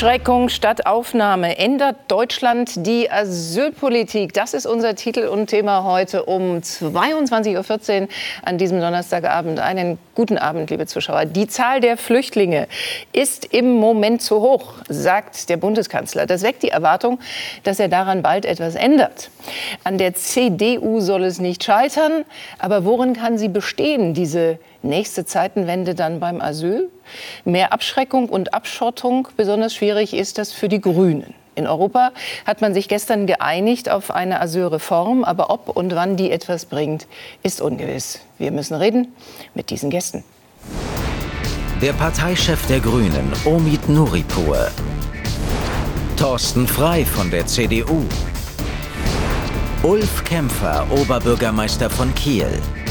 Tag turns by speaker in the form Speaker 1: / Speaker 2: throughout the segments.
Speaker 1: Abschreckung statt Aufnahme. Ändert Deutschland die Asylpolitik? Das ist unser Titel und Thema heute um 22:14 Uhr an diesem Donnerstagabend. Einen guten Abend, liebe Zuschauer. Die Zahl der Flüchtlinge ist im Moment zu hoch, sagt der Bundeskanzler. Das weckt die Erwartung, dass er daran bald etwas ändert. An der CDU soll es nicht scheitern. Aber worin kann sie bestehen, diese nächste Zeitenwende dann beim Asyl? Mehr Abschreckung und Abschottung. Besonders schwierig ist das für die Grünen. In Europa hat man sich gestern geeinigt auf eine Asylreform. Aber ob und wann die etwas bringt, ist ungewiss. Wir müssen reden mit diesen Gästen.
Speaker 2: Der Parteichef der Grünen, Omid Nuripur. Thorsten Frey von der CDU. Ulf Kämpfer, Oberbürgermeister von Kiel.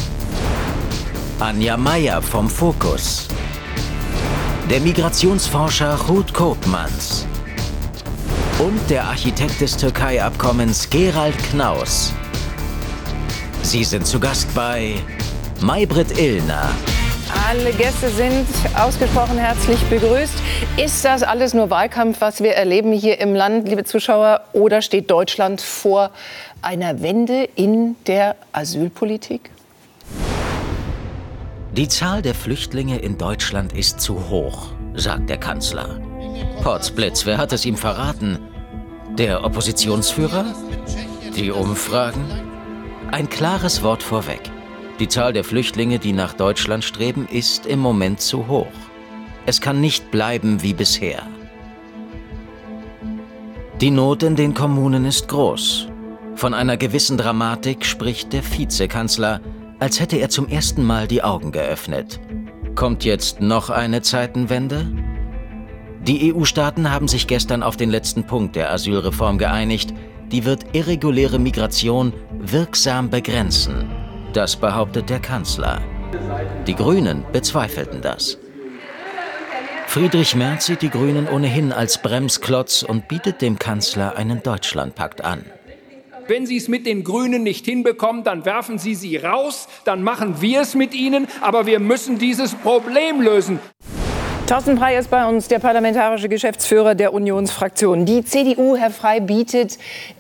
Speaker 2: Anja Meier vom Fokus. Der Migrationsforscher Ruud Koopmans. Und der Architekt des Türkei-Abkommens Gerald Knaus. Sie sind zu Gast bei Maybrit Illner.
Speaker 1: Alle Gäste sind ausgesprochen herzlich begrüßt. Ist das alles nur Wahlkampf, was wir erleben hier im Land, liebe Zuschauer? Oder steht Deutschland vor einer Wende in der Asylpolitik?
Speaker 2: Die Zahl der Flüchtlinge in Deutschland ist zu hoch, sagt der Kanzler. Potzblitz, wer hat es ihm verraten? Der Oppositionsführer? Die Umfragen? Ein klares Wort vorweg. Die Zahl der Flüchtlinge, die nach Deutschland streben, ist im Moment zu hoch. Es kann nicht bleiben wie bisher. Die Not in den Kommunen ist groß. Von einer gewissen Dramatik spricht der Vizekanzler, als hätte er zum ersten Mal die Augen geöffnet. Kommt jetzt noch eine Zeitenwende? Die EU-Staaten haben sich gestern auf den letzten Punkt der Asylreform geeinigt. Die wird irreguläre Migration wirksam begrenzen. Das behauptet der Kanzler. Die Grünen bezweifelten das. Friedrich Merz sieht die Grünen ohnehin als Bremsklotz und bietet dem Kanzler einen Deutschlandpakt an.
Speaker 3: Wenn Sie es mit den Grünen nicht hinbekommen, dann werfen Sie sie raus, dann machen wir es mit ihnen, aber wir müssen dieses Problem lösen.
Speaker 1: Thorsten Frey ist bei uns, der parlamentarische Geschäftsführer der Unionsfraktion. Die CDU, Herr Frey, bietet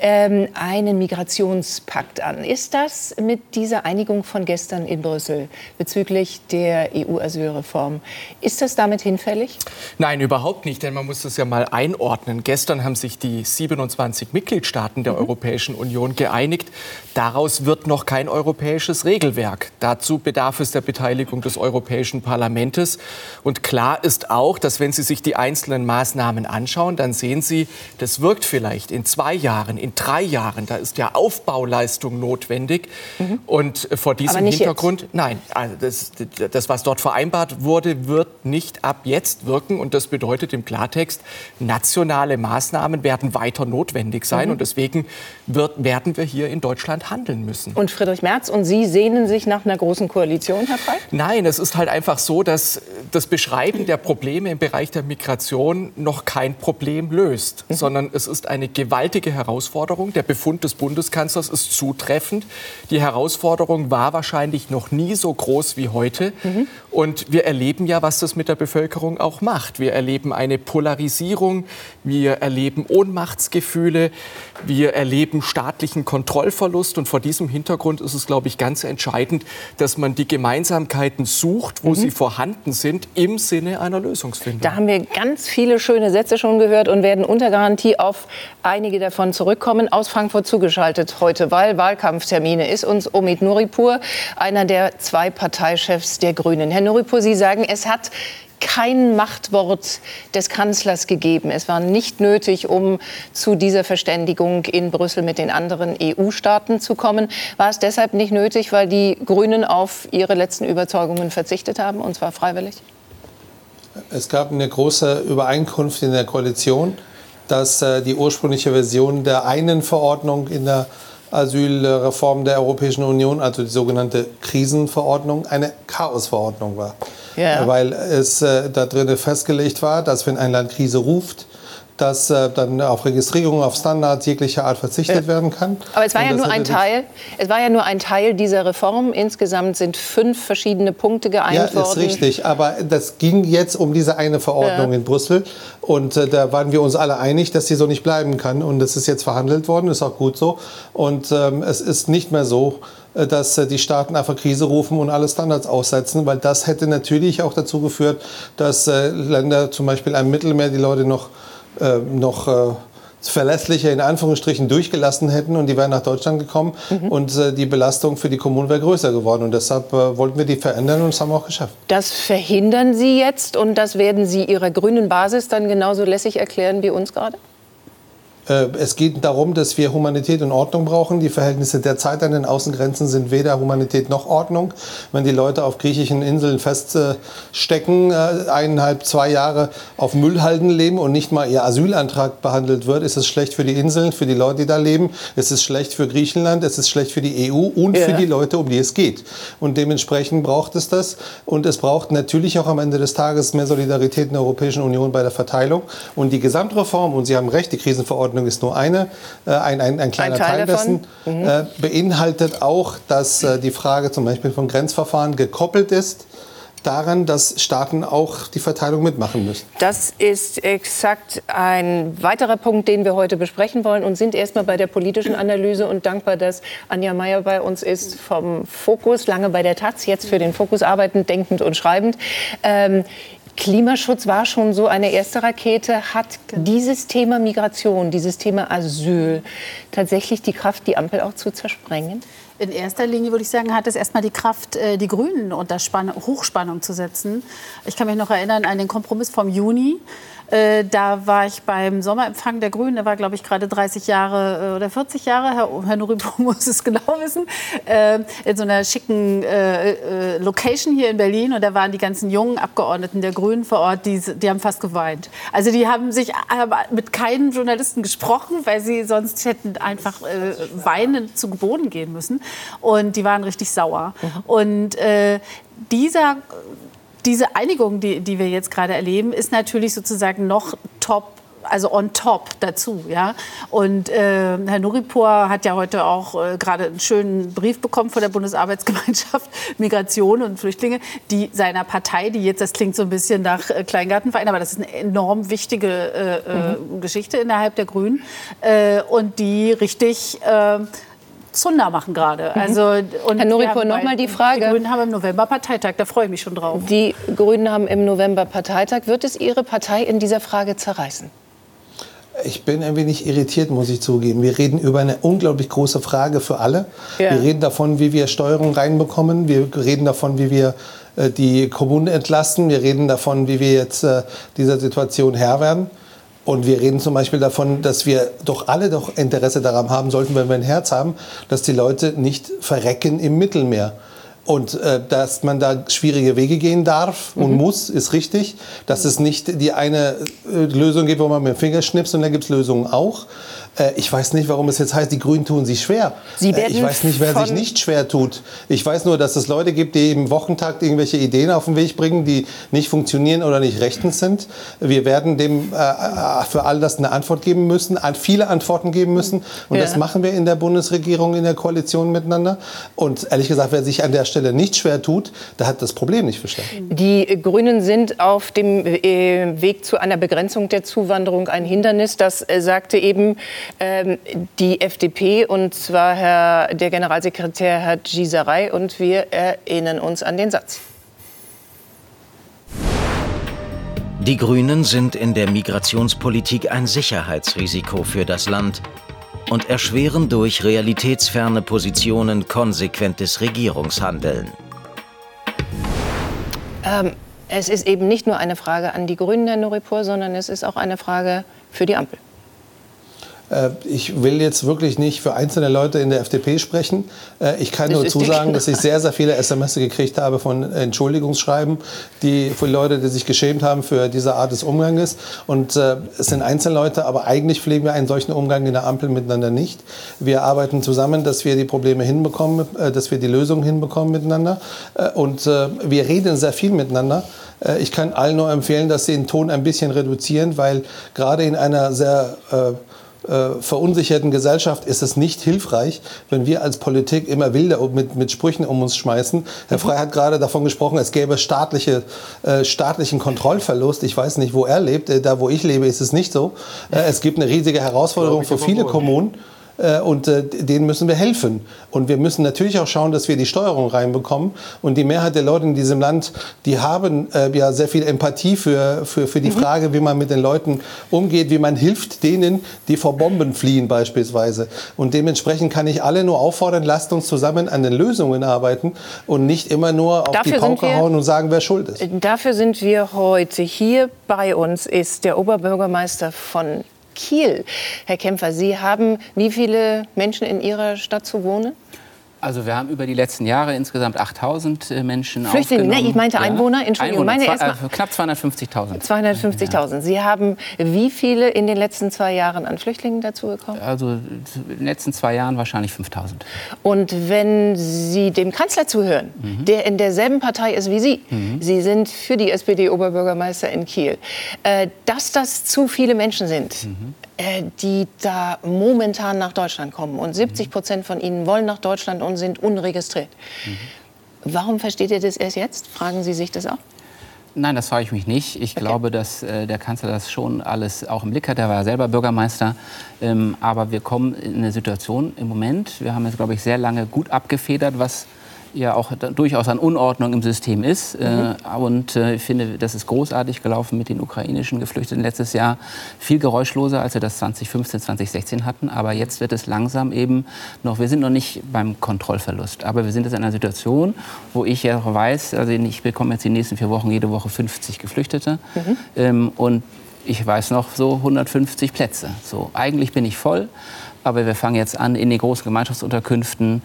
Speaker 1: einen Migrationspakt an. Ist das mit dieser Einigung von gestern in Brüssel bezüglich der EU-Asylreform, ist das damit hinfällig?
Speaker 4: Nein, überhaupt nicht, denn man muss das ja mal einordnen. Gestern haben sich die 27 Mitgliedstaaten der Europäischen Union geeinigt. Daraus wird noch kein europäisches Regelwerk. Dazu bedarf es der Beteiligung des Europäischen Parlaments. Und klar ist auch, dass wenn Sie sich die einzelnen Maßnahmen anschauen, dann sehen Sie, das wirkt vielleicht in 2 Jahren, in 3 Jahren. Da ist ja Aufbauleistung notwendig. Und vor diesem Hintergrund, jetzt. Nein, also das, was dort vereinbart wurde, wird nicht ab jetzt wirken. Und das bedeutet im Klartext, nationale Maßnahmen werden weiter notwendig sein. Und deswegen werden wir hier in Deutschland handeln müssen.
Speaker 1: Und Friedrich Merz und Sie sehnen sich nach einer großen Koalition, Herr Frey?
Speaker 4: Nein, es ist halt einfach so, dass das Beschreiben der Probleme im Bereich der Migration noch kein Problem löst, sondern es ist eine gewaltige Herausforderung. Der Befund des Bundeskanzlers ist zutreffend. Die Herausforderung war wahrscheinlich noch nie so groß wie heute. Und wir erleben ja, was das mit der Bevölkerung auch macht. Wir erleben eine Polarisierung, wir erleben Ohnmachtsgefühle, wir erleben staatlichen Kontrollverlust. Und vor diesem Hintergrund ist es, glaube ich, ganz entscheidend, dass man die Gemeinsamkeiten sucht, wo sie vorhanden sind, im Sinne einer Lösungsfindung.
Speaker 1: Da haben wir ganz viele schöne Sätze schon gehört und werden unter Garantie auf einige davon zurückkommen. Aus Frankfurt zugeschaltet heute, weil Wahlkampftermine, ist uns Omid Nuripur, einer der 2 Parteichefs der Grünen. Herr Nuripur, Sie sagen, es hat kein Machtwort des Kanzlers gegeben. Es war nicht nötig, um zu dieser Verständigung in Brüssel mit den anderen EU-Staaten zu kommen. War es deshalb nicht nötig, weil die Grünen auf ihre letzten Überzeugungen verzichtet haben, und zwar freiwillig?
Speaker 5: Es gab eine große Übereinkunft in der Koalition, dass die ursprüngliche Version der einen Verordnung in der Asylreform der Europäischen Union, also die sogenannte Krisenverordnung, eine Chaosverordnung war. Ja. Weil es da drin festgelegt war, dass wenn ein Land Krise ruft, dass dann auf Registrierung, auf Standards jeglicher Art verzichtet werden kann.
Speaker 1: Aber es war ja nur ein Teil. Es war ja nur ein Teil dieser Reform. Insgesamt sind 5 verschiedene Punkte geeint worden.
Speaker 5: Ja, ist richtig. Aber das ging jetzt um diese eine Verordnung in Brüssel. Und da waren wir uns alle einig, dass die so nicht bleiben kann. Und das ist jetzt verhandelt worden, ist auch gut so. Und es ist nicht mehr so, dass die Staaten einfach Krise rufen und alle Standards aussetzen, weil das hätte natürlich auch dazu geführt, dass Länder zum Beispiel am Mittelmeer die Leute noch verlässlicher in Anführungsstrichen durchgelassen hätten und die wären nach Deutschland gekommen und die Belastung für die Kommunen wäre größer geworden. Und deshalb wollten wir die verändern und das haben wir auch geschafft.
Speaker 1: Das verhindern Sie jetzt und das werden Sie Ihrer grünen Basis dann genauso lässig erklären wie uns gerade?
Speaker 5: Es geht darum, dass wir Humanität und Ordnung brauchen. Die Verhältnisse derzeit an den Außengrenzen sind weder Humanität noch Ordnung. Wenn die Leute auf griechischen Inseln feststecken, 1,5, 2 Jahre auf Müllhalden leben und nicht mal ihr Asylantrag behandelt wird, ist es schlecht für die Inseln, für die Leute, die da leben. Es ist schlecht für Griechenland, es ist schlecht für die EU und für die Leute, um die es geht. Und dementsprechend braucht es das. Und es braucht natürlich auch am Ende des Tages mehr Solidarität in der Europäischen Union bei der Verteilung. Und die Gesamtreform, und Sie haben recht, die Krisenverordnung ist nur ein kleiner Teil dessen, beinhaltet auch, dass die Frage zum Beispiel von Grenzverfahren gekoppelt ist daran, dass Staaten auch die Verteilung mitmachen müssen.
Speaker 1: Das ist exakt ein weiterer Punkt, den wir heute besprechen wollen und sind erstmal bei der politischen Analyse und dankbar, dass Anja Meier bei uns ist vom Fokus, lange bei der Taz, jetzt für den Fokus arbeitend, denkend und schreibend. Klimaschutz war schon so eine erste Rakete. Hat dieses Thema Migration, dieses Thema Asyl tatsächlich die Kraft, die Ampel auch zu zersprengen?
Speaker 6: In erster Linie würde ich sagen, hat es erstmal die Kraft, die Grünen unter Hochspannung zu setzen. Ich kann mich noch erinnern an den Kompromiss vom Juni. Da war ich beim Sommerempfang der Grünen, der war, glaube ich, gerade 30 Jahre oder 40 Jahre, Herr Nuripo muss es genau wissen, in so einer schicken Location hier in Berlin. Und da waren die ganzen jungen Abgeordneten der Grünen vor Ort, die haben fast geweint. Also die haben mit keinem Journalisten gesprochen, weil sie sonst hätten einfach weinend zu Boden gehen müssen. Und die waren richtig sauer. Und diese Einigung, die wir jetzt gerade erleben, ist natürlich sozusagen noch on top dazu. Ja? Und Herr Nuripo hat ja heute auch gerade einen schönen Brief bekommen von der Bundesarbeitsgemeinschaft Migration und Flüchtlinge, die seiner Partei, die jetzt, das klingt so ein bisschen nach Kleingartenverein, aber das ist eine enorm wichtige Geschichte innerhalb der Grünen und die richtig Zunder machen gerade. Also, und
Speaker 1: Herr Nuripo, nochmal die Frage.
Speaker 6: Die Grünen haben im November Parteitag, da freue ich mich schon drauf.
Speaker 1: Die Grünen haben im November Parteitag. Wird es Ihre Partei in dieser Frage zerreißen?
Speaker 5: Ich bin ein wenig irritiert, muss ich zugeben. Wir reden über eine unglaublich große Frage für alle. Ja. Wir reden davon, wie wir Steuerung reinbekommen. Wir reden davon, wie wir die Kommunen entlasten. Wir reden davon, wie wir jetzt dieser Situation Herr werden. Und wir reden zum Beispiel davon, dass wir doch alle Interesse daran haben sollten, wenn wir ein Herz haben, dass die Leute nicht verrecken im Mittelmeer. Und dass man da schwierige Wege gehen darf und muss, ist richtig. Dass es nicht die eine Lösung gibt, wo man mit dem Finger schnipst und dann gibt es Lösungen auch. Ich weiß nicht, warum es jetzt heißt, die Grünen tun sich schwer. Ich weiß nicht, wer sich nicht schwer tut. Ich weiß nur, dass es Leute gibt, die im Wochentakt irgendwelche Ideen auf den Weg bringen, die nicht funktionieren oder nicht rechtens sind. Wir werden dem für all das eine Antwort geben müssen, viele Antworten geben müssen. Und das machen wir in der Bundesregierung, in der Koalition miteinander. Und ehrlich gesagt, wer sich an der Stelle nicht schwer tut, der hat das Problem nicht verstanden.
Speaker 1: Die Grünen sind auf dem Weg zu einer Begrenzung der Zuwanderung ein Hindernis. Das sagte eben die FDP, und zwar der Generalsekretär Herr Gisarei, und wir erinnern uns an den Satz.
Speaker 2: Die Grünen sind in der Migrationspolitik ein Sicherheitsrisiko für das Land und erschweren durch realitätsferne Positionen konsequentes Regierungshandeln.
Speaker 1: Es ist eben nicht nur eine Frage an die Grünen, Herr Nuripo, sondern es ist auch eine Frage für die Ampel.
Speaker 5: Ich will jetzt wirklich nicht für einzelne Leute in der FDP sprechen. Ich kann nur zusagen, dass ich sehr, sehr viele SMS gekriegt habe von Entschuldigungsschreiben, für Leute, die sich geschämt haben für diese Art des Umganges. Und es sind Einzelleute, aber eigentlich pflegen wir einen solchen Umgang in der Ampel miteinander nicht. Wir arbeiten zusammen, dass wir die Probleme hinbekommen, dass wir die Lösungen hinbekommen miteinander. Und wir reden sehr viel miteinander. Ich kann allen nur empfehlen, dass sie den Ton ein bisschen reduzieren, weil gerade in einer sehr verunsicherten Gesellschaft ist es nicht hilfreich, wenn wir als Politik immer wilder mit Sprüchen um uns schmeißen. Herr Frey hat gerade davon gesprochen, es gäbe staatlichen Kontrollverlust. Ich weiß nicht, wo er lebt. Da, wo ich lebe, ist es nicht so. Es gibt eine riesige Herausforderung für viele Kommunen. Und denen müssen wir helfen. Und wir müssen natürlich auch schauen, dass wir die Steuerung reinbekommen. Und die Mehrheit der Leute in diesem Land, die haben ja sehr viel Empathie für die Frage, wie man mit den Leuten umgeht, wie man hilft denen, die vor Bomben fliehen beispielsweise. Und dementsprechend kann ich alle nur auffordern, lasst uns zusammen an den Lösungen arbeiten und nicht immer nur auf die Pauke hauen und sagen, wer schuld ist.
Speaker 1: Dafür sind wir heute. Hier bei uns ist der Oberbürgermeister von Kiel. Herr Kämpfer, Sie haben wie viele Menschen in Ihrer Stadt zu wohnen?
Speaker 7: Also wir haben über die letzten Jahre insgesamt 8.000 Menschen
Speaker 1: Flüchtlinge,
Speaker 7: aufgenommen.
Speaker 1: Ne, ich meinte Einwohner, Entschuldigung.
Speaker 7: Knapp 250.000.
Speaker 1: 250.000. Sie haben wie viele in den letzten 2 Jahren an Flüchtlingen dazu bekommen?
Speaker 7: Also in den letzten 2 Jahren wahrscheinlich 5.000.
Speaker 1: Und wenn Sie dem Kanzler zuhören, der in derselben Partei ist wie Sie, Sie sind für die SPD-Oberbürgermeister in Kiel, dass das zu viele Menschen sind, die da momentan nach Deutschland kommen. Und 70% von ihnen wollen nach Deutschland und sind unregistriert. Warum versteht ihr das erst jetzt? Fragen Sie sich das auch?
Speaker 7: Nein, das frage ich mich nicht. Ich glaube, dass der Kanzler das schon alles auch im Blick hat. Er war ja selber Bürgermeister. Aber wir kommen in eine Situation im Moment, wir haben jetzt, glaube ich, sehr lange gut abgefedert, was ja auch durchaus an Unordnung im System ist. Und ich finde, das ist großartig gelaufen mit den ukrainischen Geflüchteten letztes Jahr. Viel geräuschloser, als wir das 2015, 2016 hatten. Aber jetzt wird es langsam eben noch, wir sind noch nicht beim Kontrollverlust. Aber wir sind jetzt in einer Situation, wo ich ja weiß, also ich bekomme jetzt die nächsten 4 Wochen jede Woche 50 Geflüchtete. Und ich weiß noch so 150 Plätze. So, eigentlich bin ich voll. Aber wir fangen jetzt an, in den großen Gemeinschaftsunterkünften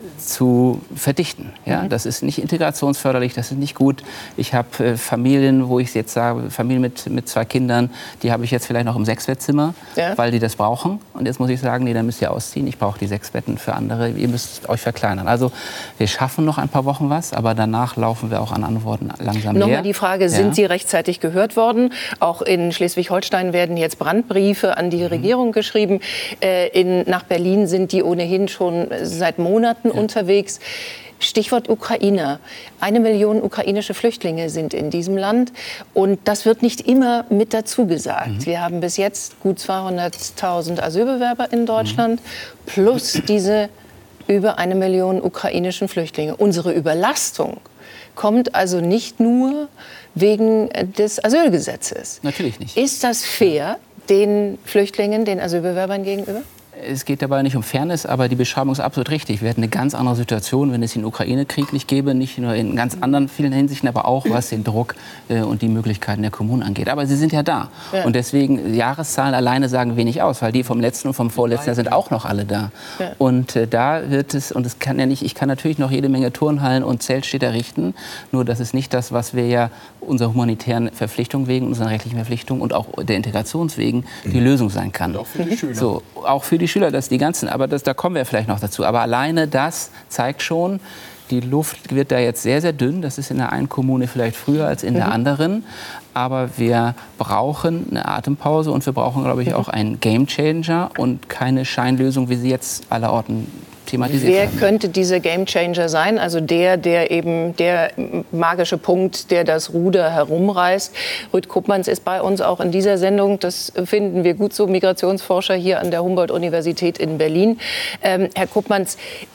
Speaker 7: zu verdichten. Ja? Das ist nicht integrationsförderlich, das ist nicht gut. Ich habe Familien, wo ich jetzt sage, Familien mit 2 Kindern, die habe ich jetzt vielleicht noch im 6-Bettzimmer, weil die das brauchen. Und jetzt muss ich sagen, nee, dann müsst ihr ausziehen. Ich brauche die 6 Betten für andere. Ihr müsst euch verkleinern. Also wir schaffen noch ein paar Wochen was, aber danach laufen wir auch an Antworten langsam leer.
Speaker 1: Nochmal die Frage, sind Sie rechtzeitig gehört worden? Auch in Schleswig-Holstein werden jetzt Brandbriefe an die Regierung geschrieben. Nach Berlin sind die ohnehin schon seit Monaten unterwegs. Stichwort Ukrainer. 1 Million ukrainische Flüchtlinge sind in diesem Land. Und das wird nicht immer mit dazu gesagt. Wir haben bis jetzt gut 200.000 Asylbewerber in Deutschland plus diese über 1 Million ukrainischen Flüchtlinge. Unsere Überlastung kommt also nicht nur wegen des Asylgesetzes.
Speaker 7: Natürlich nicht.
Speaker 1: Ist das fair den Flüchtlingen, den Asylbewerbern gegenüber?
Speaker 7: Es geht dabei nicht um Fairness, aber die Beschreibung ist absolut richtig. Wir hätten eine ganz andere Situation, wenn es den Ukraine-Krieg nicht gäbe, nicht nur in ganz anderen vielen Hinsichten, aber auch was den Druck und die Möglichkeiten der Kommunen angeht. Aber sie sind ja da. Ja. Und deswegen, Jahreszahlen alleine sagen wenig aus, weil die vom letzten und vom vorletzten Jahr sind auch noch alle da. Ja. Und da wird es, und es kann ja nicht, ich kann natürlich noch jede Menge Turnhallen und Zeltstädte errichten, nur das ist nicht das, was wir ja unserer humanitären Verpflichtung wegen, unserer rechtlichen Verpflichtung und auch der Integrationswegen die Lösung sein kann. Und
Speaker 4: auch für die Schüler.
Speaker 7: So, auch für die Schüler, das die ganzen, aber da kommen wir vielleicht noch dazu. Aber alleine das zeigt schon, die Luft wird da jetzt sehr, sehr dünn. Das ist in der einen Kommune vielleicht früher als in der anderen. Aber wir brauchen eine Atempause und wir brauchen, glaube ich, auch einen Gamechanger und keine Scheinlösung, wie sie jetzt allerorten thematisiert
Speaker 1: Wer
Speaker 7: werden.
Speaker 1: könnte dieser Gamechanger sein? Also der eben der magische Punkt, der das Ruder herumreißt. Rüd Koopmans ist bei uns auch in dieser Sendung. Das finden wir gut so, Migrationsforscher hier an der Humboldt-Universität in Berlin. Herr Koopmans,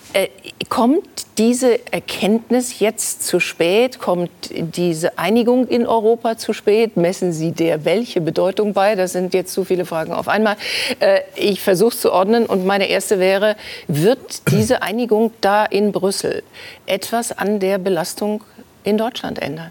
Speaker 1: kommt diese Erkenntnis jetzt zu spät? Kommt diese Einigung in Europa zu spät? Messen Sie der welche Bedeutung bei? Das sind jetzt zu viele Fragen auf einmal. Ich versuche es zu ordnen und meine erste wäre, wird diese Einigung da in Brüssel etwas an der Belastung in Deutschland ändern?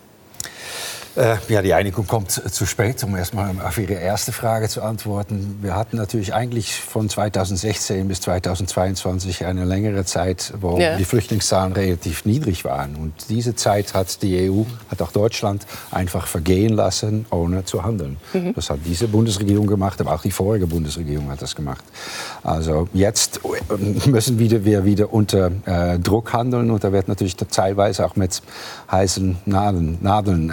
Speaker 8: Ja, die Einigung kommt zu spät, um erstmal auf Ihre erste Frage zu antworten. Wir hatten natürlich eigentlich von 2016 bis 2022 eine längere Zeit, wo die Flüchtlingszahlen relativ niedrig waren. Und diese Zeit hat die EU, hat auch Deutschland einfach vergehen lassen, ohne zu handeln. Das hat diese Bundesregierung gemacht, aber auch die vorige Bundesregierung hat das gemacht. Also jetzt müssen wir wieder unter Druck handeln und da wird natürlich teilweise auch mit heißen Nadeln gestrickt.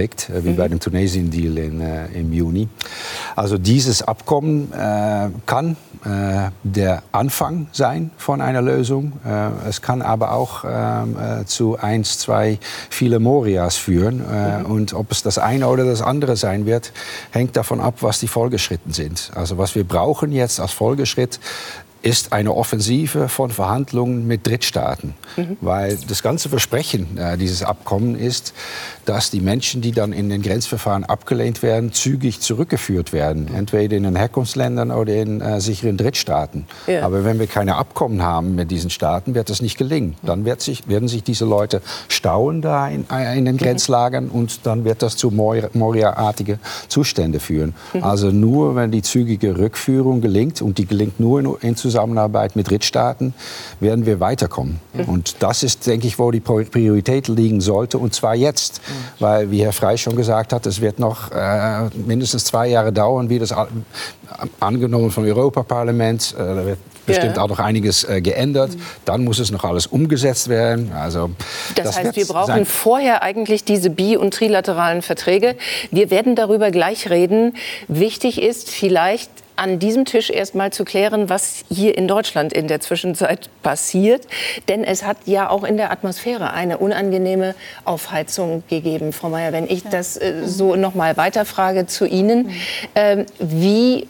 Speaker 8: festgelegt, wie bei dem Tunesien-Deal im Juni. Also dieses Abkommen kann der Anfang sein von einer Lösung. Es kann aber auch zu 1, 2 viele Morias führen. Und ob es das eine oder das andere sein wird, hängt davon ab, was die Folgeschritte sind. Also was wir brauchen jetzt als Folgeschritt, ist eine Offensive von Verhandlungen mit Drittstaaten. Weil das ganze Versprechen dieses Abkommens ist, dass die Menschen, die dann in den Grenzverfahren abgelehnt werden, zügig zurückgeführt werden. Entweder in den Herkunftsländern oder in sicheren Drittstaaten. Ja. Aber wenn wir keine Abkommen haben mit diesen Staaten, wird das nicht gelingen. Dann werden sich diese Leute stauen da in den Grenzlagern und dann wird das zu Moria-artige Zustände führen. Also nur, wenn die zügige Rückführung gelingt, und die gelingt nur in Zusammenarbeit mit Drittstaaten, werden wir weiterkommen. Und das ist, denke ich, wo die Priorität liegen sollte, und zwar jetzt. Weil, wie Herr Frey schon gesagt hat, es wird noch mindestens 2 Jahre dauern, wie das angenommen vom Europaparlament. Da wird bestimmt auch noch einiges geändert. Dann muss es noch alles umgesetzt werden. Also,
Speaker 1: das heißt, wir brauchen vorher eigentlich diese bi- und trilateralen Verträge. Wir werden darüber gleich reden. Wichtig ist vielleicht, an diesem Tisch erst mal zu klären, was hier in Deutschland in der Zwischenzeit passiert. Denn es hat ja auch in der Atmosphäre eine unangenehme Aufheizung gegeben. Frau Mayer, wenn ich das so noch mal weiterfrage zu Ihnen. Wie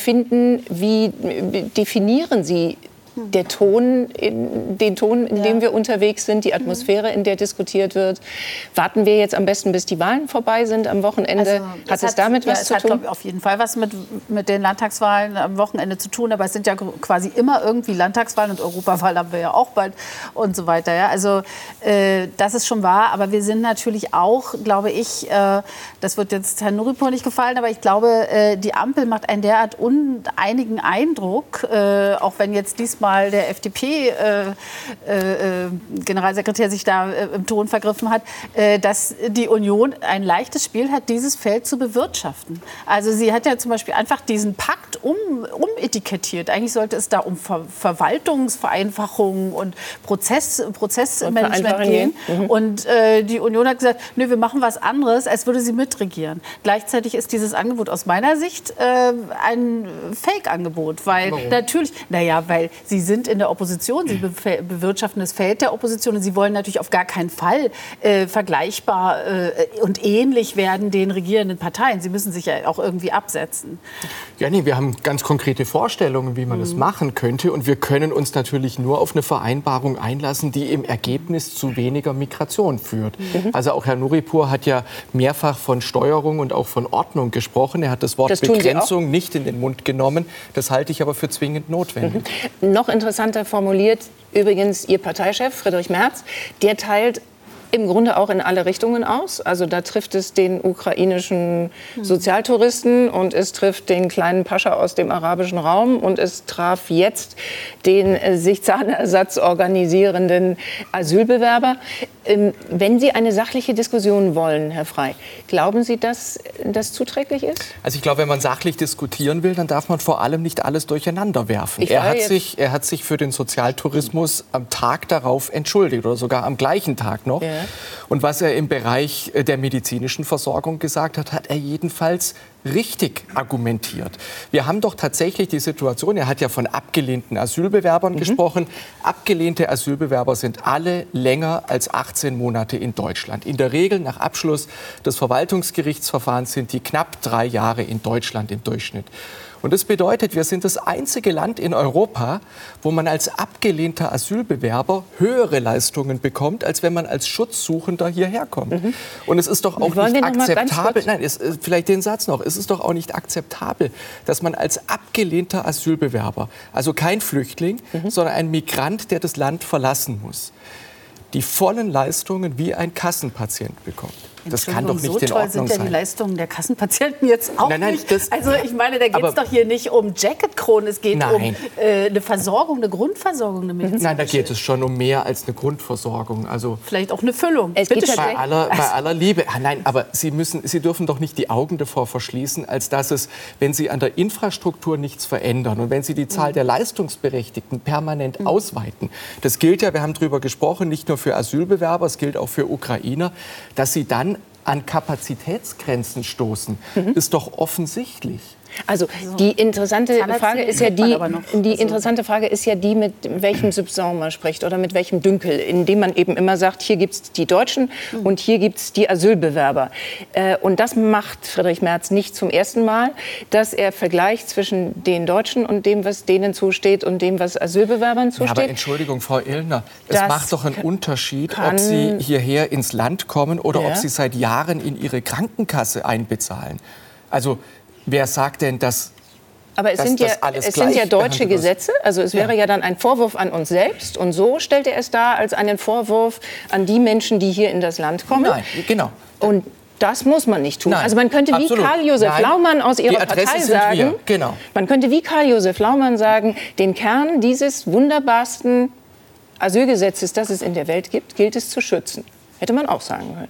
Speaker 1: definieren Sie den Ton, in dem wir unterwegs sind, die Atmosphäre, in der diskutiert wird? Warten wir jetzt am besten, bis die Wahlen vorbei sind am Wochenende?
Speaker 6: Also,
Speaker 1: hat es damit was zu tun?
Speaker 6: Es hat auf jeden Fall was mit den Landtagswahlen am Wochenende zu tun. Aber es sind ja quasi immer irgendwie Landtagswahlen, und Europawahl haben wir ja auch bald und so weiter. Ja? Also das ist schon wahr. Aber wir sind natürlich auch, glaube ich, das wird jetzt Herrn Nuripur nicht gefallen, aber ich glaube, die Ampel macht einen derart uneinigen Eindruck, auch wenn jetzt diesmal der FDP-Generalsekretär sich da im Ton vergriffen hat, dass die Union ein leichtes Spiel hat, dieses Feld zu bewirtschaften. Also sie hat ja zum Beispiel einfach diesen Pakt umetikettiert. Eigentlich sollte es da um Verwaltungsvereinfachung und Prozessmanagement gehen. Und die Union hat gesagt, nö, wir machen was anderes, als würde sie mitregieren. Gleichzeitig ist dieses Angebot aus meiner Sicht ein Fake-Angebot. Weil natürlich, weil Sie sind in der Opposition, Sie bewirtschaften das Feld der Opposition, und Sie wollen natürlich auf gar keinen Fall vergleichbar und ähnlich werden den regierenden Parteien. Sie müssen sich ja auch irgendwie absetzen.
Speaker 4: Ja, nee, wir haben ganz konkrete Vorstellungen, wie man das machen könnte. Und wir können uns natürlich nur auf eine Vereinbarung einlassen, die im Ergebnis zu weniger Migration führt. Also auch Herr Nuripur hat ja mehrfach von Steuerung und auch von Ordnung gesprochen. Er hat das Wort Begrenzung nicht in den Mund genommen. Das halte ich aber für zwingend notwendig.
Speaker 1: Noch interessanter formuliert übrigens Ihr Parteichef Friedrich Merz. Der teilt im Grunde auch in alle Richtungen aus. Also da trifft es den ukrainischen Sozialtouristen und es trifft den kleinen Pascha aus dem arabischen Raum und es traf jetzt den sich Zahnersatz organisierenden Asylbewerber. Wenn Sie eine sachliche Diskussion wollen, Herr Frey, glauben Sie, dass das zuträglich ist?
Speaker 4: Also ich glaube, wenn man sachlich diskutieren will, dann darf man vor allem nicht alles durcheinander werfen. Er hat sich für den Sozialtourismus am Tag darauf entschuldigt oder sogar am gleichen Tag noch. Ja. Und was er im Bereich der medizinischen Versorgung gesagt hat, hat er jedenfalls richtig argumentiert. Wir haben doch tatsächlich die Situation, er hat ja von abgelehnten Asylbewerbern gesprochen. Abgelehnte Asylbewerber sind alle länger als 18 Monate in Deutschland. In der Regel nach Abschluss des Verwaltungsgerichtsverfahrens sind die knapp 3 Jahre in Deutschland im Durchschnitt. Und das bedeutet, wir sind das einzige Land in Europa, wo man als abgelehnter Asylbewerber höhere Leistungen bekommt, als wenn man als Schutzsuchender hierher kommt. Und es ist doch auch nicht akzeptabel, vielleicht den Satz noch, es ist doch auch nicht akzeptabel, dass man als abgelehnter Asylbewerber, also kein Flüchtling, sondern ein Migrant, der das Land verlassen muss, die vollen Leistungen wie ein Kassenpatient bekommt. Das kann doch nicht in Ordnung sein. So toll sind ja die Leistungen der Kassenpatienten jetzt auch nicht. Also ich meine, da geht es doch hier nicht um Jacketkronen, es geht um eine Versorgung, eine Grundversorgung, eine medizinische. Nein, da geht es schon um mehr als eine Grundversorgung. Also vielleicht auch eine Füllung. Bei aller Liebe. Nein, aber Sie dürfen doch nicht die Augen davor verschließen, als dass es, wenn Sie an der Infrastruktur nichts verändern und wenn Sie die Zahl der Leistungsberechtigten permanent ausweiten, das gilt ja, wir haben darüber gesprochen, nicht nur für Asylbewerber, es gilt auch für Ukrainer, dass Sie dann an Kapazitätsgrenzen stoßen, ist doch offensichtlich.
Speaker 1: Also die interessante Frage ist ja die, mit welchem Soupçon man spricht oder mit welchem Dünkel, indem man eben immer sagt, hier gibt es die Deutschen und hier gibt es die Asylbewerber. Und das macht Friedrich Merz nicht zum ersten Mal, dass er vergleicht zwischen den Deutschen und dem, was denen zusteht und dem, was Asylbewerbern zusteht.
Speaker 4: Ja, aber Entschuldigung, Frau Illner, es macht doch einen Unterschied, ob Sie hierher ins Land kommen oder ob Sie seit Jahren in Ihre Krankenkasse einbezahlen. Also wer sagt denn, dass
Speaker 1: aber es sind ja deutsche Gesetze, also es wäre ja dann ein Vorwurf an uns selbst. Und so stellt er es dar als einen Vorwurf an die Menschen, die hier in das Land kommen.
Speaker 4: Nein, genau.
Speaker 1: Und das muss man nicht tun.
Speaker 4: Nein,
Speaker 1: also man könnte wie Karl-Josef Laumann aus Ihrer Partei sagen, man könnte wie Karl-Josef Laumann sagen, den Kern dieses wunderbarsten Asylgesetzes, das es in der Welt gibt, gilt es zu schützen. Hätte man auch sagen können.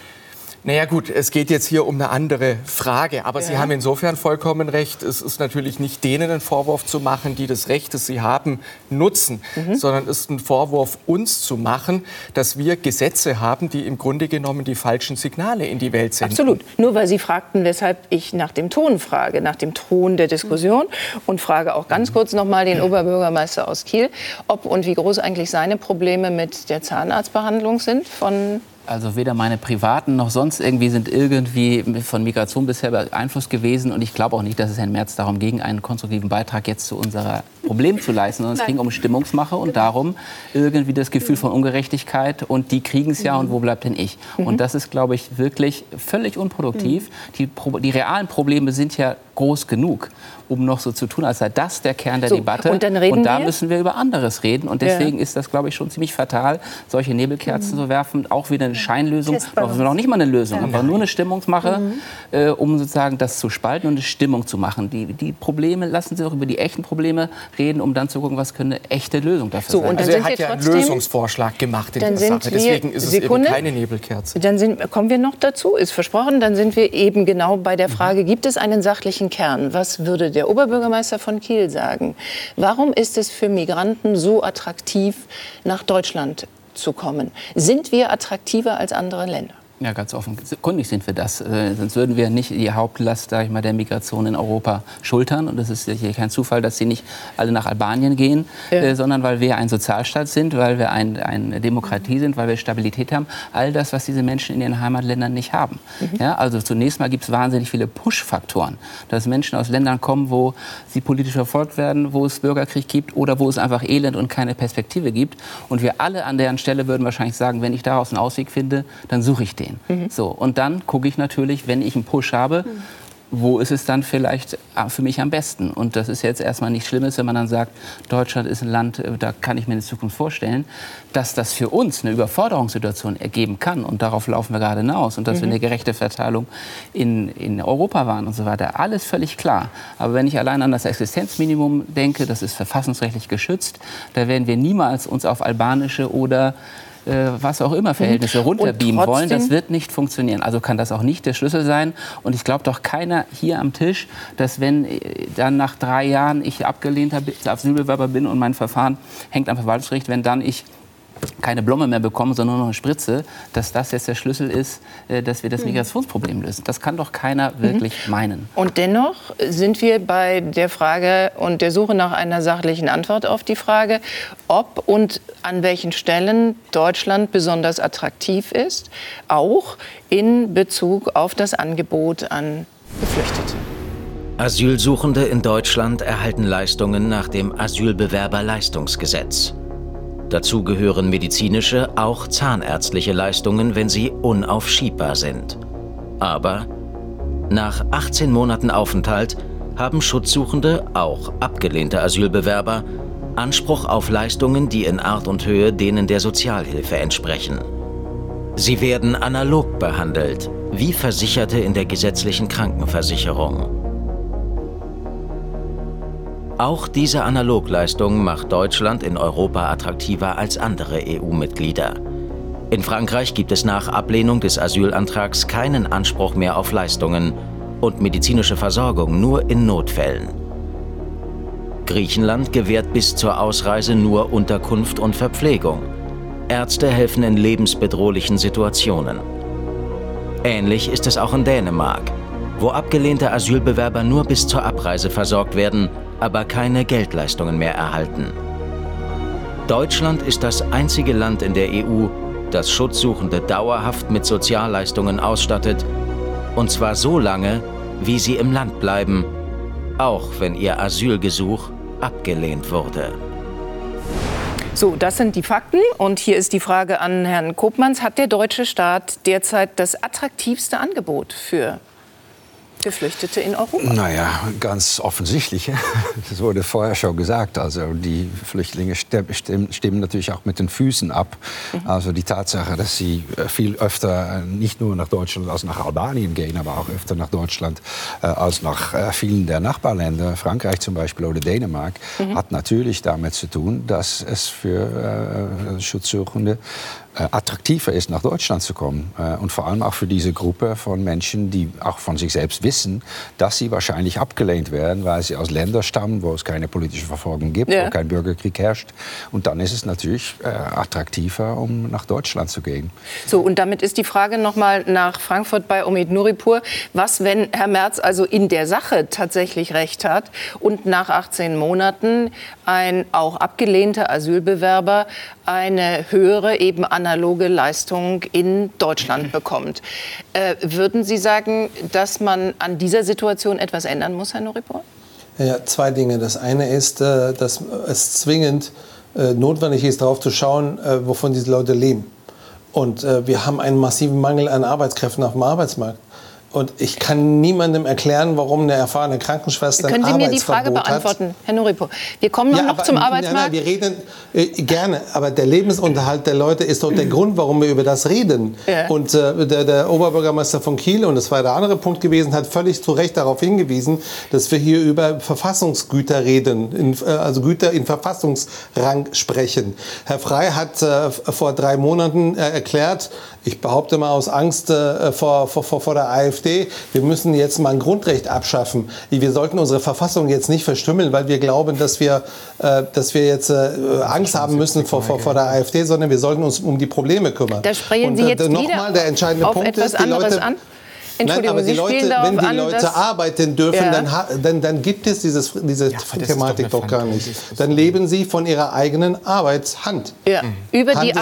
Speaker 4: Naja gut, es geht jetzt hier um eine andere Frage. Aber Sie haben insofern vollkommen recht. Es ist natürlich nicht denen einen Vorwurf zu machen, die das Recht, das sie haben, nutzen. Sondern es ist ein Vorwurf, uns zu machen, dass wir Gesetze haben, die im Grunde genommen die falschen Signale in die Welt senden.
Speaker 1: Absolut. Nur weil Sie fragten, weshalb ich nach dem Ton frage, nach dem Ton der Diskussion. Und frage auch ganz kurz noch mal den Oberbürgermeister aus Kiel, ob und wie groß eigentlich seine Probleme mit der Zahnarztbehandlung sind von...
Speaker 7: Also weder meine privaten noch sonst irgendwie sind irgendwie von Migration bisher beeinflusst gewesen. Und ich glaube auch nicht, dass es Herrn Merz darum ging, einen konstruktiven Beitrag jetzt zu unserem Problem zu leisten. Sondern es ging um Stimmungsmache und darum, irgendwie das Gefühl von Ungerechtigkeit. Und die kriegen es ja und wo bleibt denn ich? Und das ist, glaube ich, wirklich völlig unproduktiv. Die realen Probleme sind ja groß genug, um noch so zu tun, als sei das der Kern der Debatte.
Speaker 1: Und
Speaker 7: da müssen wir über anderes reden. Und deswegen ist das, glaube ich, schon ziemlich fatal, solche Nebelkerzen zu werfen. Auch wieder eine Scheinlösung, noch nicht mal eine Lösung, aber nur eine Stimmungsmache, um sozusagen das zu spalten und eine Stimmung zu machen. Die Probleme, lassen Sie doch über die echten Probleme reden, um dann zu gucken, was könnte eine echte Lösung dafür sein.
Speaker 1: Und
Speaker 4: also er hat ja einen Lösungsvorschlag gemacht in der Sache. Deswegen ist es eben keine Nebelkerze.
Speaker 1: Kommen wir noch dazu, ist versprochen, dann sind wir eben genau bei der Frage, gibt es einen sachlichen Kern? Was würde der Oberbürgermeister von Kiel sagen? Warum ist es für Migranten so attraktiv, nach Deutschland zu kommen? Sind wir attraktiver als andere Länder?
Speaker 7: Ja, ganz offenkundig sind wir das. Sonst würden wir nicht die Hauptlast, sag ich mal, der Migration in Europa schultern. Und es ist hier kein Zufall, dass sie nicht alle nach Albanien gehen, sondern weil wir ein Sozialstaat sind, weil wir eine Demokratie sind, weil wir Stabilität haben. All das, was diese Menschen in ihren Heimatländern nicht haben. Ja, also zunächst mal gibt es wahnsinnig viele Push-Faktoren. Dass Menschen aus Ländern kommen, wo sie politisch verfolgt werden, wo es Bürgerkrieg gibt oder wo es einfach Elend und keine Perspektive gibt. Und wir alle an deren Stelle würden wahrscheinlich sagen, wenn ich daraus einen Ausweg finde, dann suche ich den. So, und dann gucke ich natürlich, wenn ich einen Push habe, wo ist es dann vielleicht für mich am besten? Und das ist jetzt erstmal nichts Schlimmes, wenn man dann sagt, Deutschland ist ein Land, da kann ich mir eine Zukunft vorstellen, dass das für uns eine Überforderungssituation ergeben kann. Und darauf laufen wir gerade hinaus. Und dass wir eine gerechte Verteilung in Europa waren und so weiter. Alles völlig klar. Aber wenn ich allein an das Existenzminimum denke, das ist verfassungsrechtlich geschützt, da werden wir niemals uns auf albanische oder was auch immer Verhältnisse runterbeamen wollen, das wird nicht funktionieren. Also kann das auch nicht der Schlüssel sein. Und ich glaube doch keiner hier am Tisch, dass wenn dann nach 3 Jahren ich abgelehnter Asylbewerber bin und mein Verfahren hängt am Verwaltungsgericht, wenn dann ich keine Blume mehr bekommen, sondern nur noch eine Spritze, dass das jetzt der Schlüssel ist, dass wir das Migrationsproblem lösen. Das kann doch keiner wirklich meinen.
Speaker 1: Und dennoch sind wir bei der Frage und der Suche nach einer sachlichen Antwort auf die Frage, ob und an welchen Stellen Deutschland besonders attraktiv ist, auch in Bezug auf das Angebot an Geflüchtete.
Speaker 2: Asylsuchende in Deutschland erhalten Leistungen nach dem Asylbewerberleistungsgesetz. Dazu gehören medizinische, auch zahnärztliche Leistungen, wenn sie unaufschiebbar sind. Aber nach 18 Monaten Aufenthalt haben Schutzsuchende, auch abgelehnte Asylbewerber, Anspruch auf Leistungen, die in Art und Höhe denen der Sozialhilfe entsprechen. Sie werden analog behandelt, wie Versicherte in der gesetzlichen Krankenversicherung. Auch diese Analogleistung macht Deutschland in Europa attraktiver als andere EU-Mitglieder. In Frankreich gibt es nach Ablehnung des Asylantrags keinen Anspruch mehr auf Leistungen und medizinische Versorgung nur in Notfällen. Griechenland gewährt bis zur Ausreise nur Unterkunft und Verpflegung. Ärzte helfen in lebensbedrohlichen Situationen. Ähnlich ist es auch in Dänemark, wo abgelehnte Asylbewerber nur bis zur Abreise versorgt werden, aber keine Geldleistungen mehr erhalten. Deutschland ist das einzige Land in der EU, das Schutzsuchende dauerhaft mit Sozialleistungen ausstattet, und zwar so lange, wie sie im Land bleiben, auch wenn ihr Asylgesuch abgelehnt wurde.
Speaker 1: So, das sind die Fakten. Und hier ist die Frage an Herrn Koopmans. Hat der deutsche Staat derzeit das attraktivste Angebot für Geflüchtete in Europa?
Speaker 8: Naja, ganz offensichtlich. Das wurde vorher schon gesagt. Also die Flüchtlinge stimmen natürlich auch mit den Füßen ab. Also die Tatsache, dass sie viel öfter nicht nur nach Deutschland als nach Albanien gehen, aber auch öfter nach Deutschland als nach vielen der Nachbarländer, Frankreich zum Beispiel oder Dänemark, hat natürlich damit zu tun, dass es für Schutzsuchende attraktiver ist, nach Deutschland zu kommen. Und vor allem auch für diese Gruppe von Menschen, die auch von sich selbst wissen, dass sie wahrscheinlich abgelehnt werden, weil sie aus Ländern stammen, wo es keine politische Verfolgung gibt, wo kein Bürgerkrieg herrscht. Und dann ist es natürlich attraktiver, um nach Deutschland zu gehen.
Speaker 1: So, und damit ist die Frage noch mal nach Frankfurt bei Omid Nuripur. Was, wenn Herr Merz also in der Sache tatsächlich recht hat und nach 18 Monaten ein auch abgelehnter Asylbewerber eine höhere, eben analoge Leistung in Deutschland bekommt? Würden Sie sagen, dass man an dieser Situation etwas ändern muss, Herr Nuripur?
Speaker 5: Ja, zwei Dinge. Das eine ist, dass es zwingend notwendig ist, darauf zu schauen, wovon diese Leute leben. Und wir haben einen massiven Mangel an Arbeitskräften auf dem Arbeitsmarkt. Und ich kann niemandem erklären, warum eine erfahrene Krankenschwester ein Arbeitsverbot hat.
Speaker 1: Können Sie mir die Frage beantworten, Herr Nuripur? Wir kommen noch zum Arbeitsmarkt.
Speaker 5: Nein, wir reden gerne, aber der Lebensunterhalt der Leute ist doch der Grund, warum wir über das reden. Ja. Und der Oberbürgermeister von Kiel, und das war der andere Punkt gewesen, hat völlig zu Recht darauf hingewiesen, dass wir hier über Verfassungsgüter reden, also Güter in Verfassungsrang sprechen. Herr Frey hat vor 3 Monaten erklärt, ich behaupte mal aus Angst vor der AfD, wir müssen jetzt mal ein Grundrecht abschaffen. Wir sollten unsere Verfassung jetzt nicht verstümmeln, weil wir glauben, dass wir jetzt Angst haben müssen vor der AfD, sondern wir sollten uns um die Probleme kümmern.
Speaker 1: Da sprechen Sie jetzt wieder
Speaker 5: der entscheidende
Speaker 1: auf
Speaker 5: Punkt
Speaker 1: etwas
Speaker 5: ist, die
Speaker 1: anderes
Speaker 5: Leute
Speaker 1: an?
Speaker 5: Nein, aber die Leute, wenn die Leute arbeiten dürfen, dann gibt es diese Thematik doch gar nicht. Dann leben sie von ihrer eigenen Arbeitshand.
Speaker 1: Ja. Über die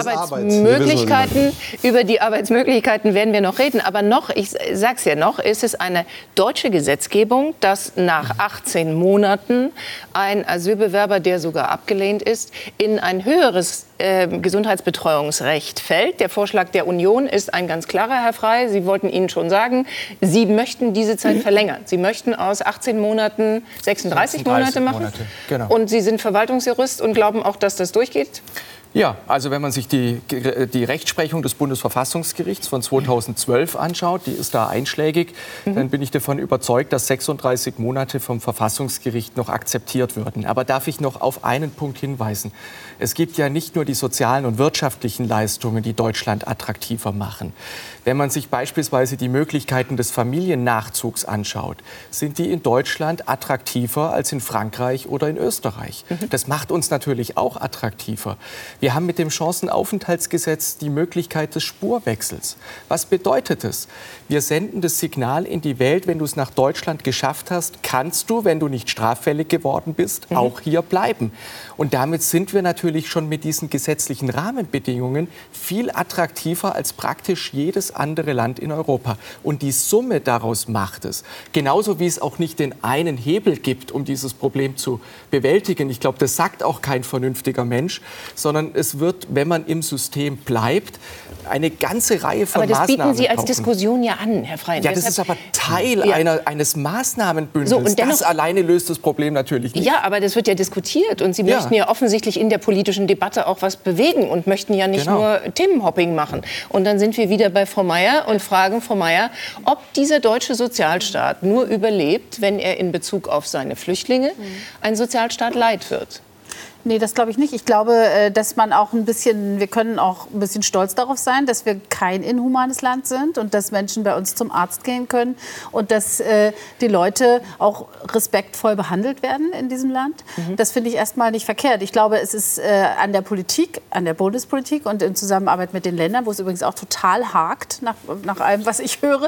Speaker 1: Arbeitsmöglichkeiten werden wir noch reden. Aber noch, ich sage es ja noch, ist es eine deutsche Gesetzgebung, dass nach 18 Monaten ein Asylbewerber, der sogar abgelehnt ist, in ein höheres Gesundheitsbetreuungsrecht fällt. Der Vorschlag der Union ist ein ganz klarer, Herr Frey. Sie wollten Ihnen schon sagen, Sie möchten diese Zeit verlängern. Sie möchten aus 18 Monaten 36 Monate machen.
Speaker 4: Genau.
Speaker 1: Und Sie sind Verwaltungsjurist und glauben auch, dass das durchgeht?
Speaker 4: Ja, also wenn man sich die Rechtsprechung des Bundesverfassungsgerichts von 2012 anschaut, die ist da einschlägig, dann bin ich davon überzeugt, dass 36 Monate vom Verfassungsgericht noch akzeptiert würden. Aber darf ich noch auf einen Punkt hinweisen? Es gibt ja nicht nur die sozialen und wirtschaftlichen Leistungen, die Deutschland attraktiver machen. Wenn man sich beispielsweise die Möglichkeiten des Familiennachzugs anschaut, sind die in Deutschland attraktiver als in Frankreich oder in Österreich. Das macht uns natürlich auch attraktiver. Wir haben mit dem Chancenaufenthaltsgesetz die Möglichkeit des Spurwechsels. Was bedeutet es? Wir senden das Signal in die Welt, wenn du es nach Deutschland geschafft hast, kannst du, wenn du nicht straffällig geworden bist, auch hier bleiben. Und damit sind wir natürlich schon mit diesen gesetzlichen Rahmenbedingungen viel attraktiver als praktisch jedes andere Land in Europa. Und die Summe daraus macht es. Genauso wie es auch nicht den einen Hebel gibt, um dieses Problem zu bewältigen. Ich glaube, das sagt auch kein vernünftiger Mensch, sondern es wird, wenn man im System bleibt, eine ganze Reihe von Maßnahmen.
Speaker 1: Aber das bieten Sie als Diskussion ja an, Herr Frey.
Speaker 4: Ja, das ist aber Teil eines Maßnahmenbündels. So, und dennoch, das alleine löst das Problem natürlich nicht.
Speaker 1: Ja, aber das wird ja diskutiert. Und Sie möchten ja offensichtlich in der politischen Debatte auch was bewegen und möchten ja nicht nur Themenhopping machen. Und dann sind wir wieder bei Frau Mayer und fragen Frau Mayer, ob dieser deutsche Sozialstaat nur überlebt, wenn er in Bezug auf seine Flüchtlinge ein Sozialstaat light wird.
Speaker 6: Nee, das glaube ich nicht. Ich glaube, dass wir können auch ein bisschen stolz darauf sein, dass wir kein inhumanes Land sind und dass Menschen bei uns zum Arzt gehen können und dass die Leute auch respektvoll behandelt werden in diesem Land. Das finde ich erstmal nicht verkehrt. Ich glaube, es ist an der Politik, an der Bundespolitik und in Zusammenarbeit mit den Ländern, wo es übrigens auch total hakt, nach allem, was ich höre,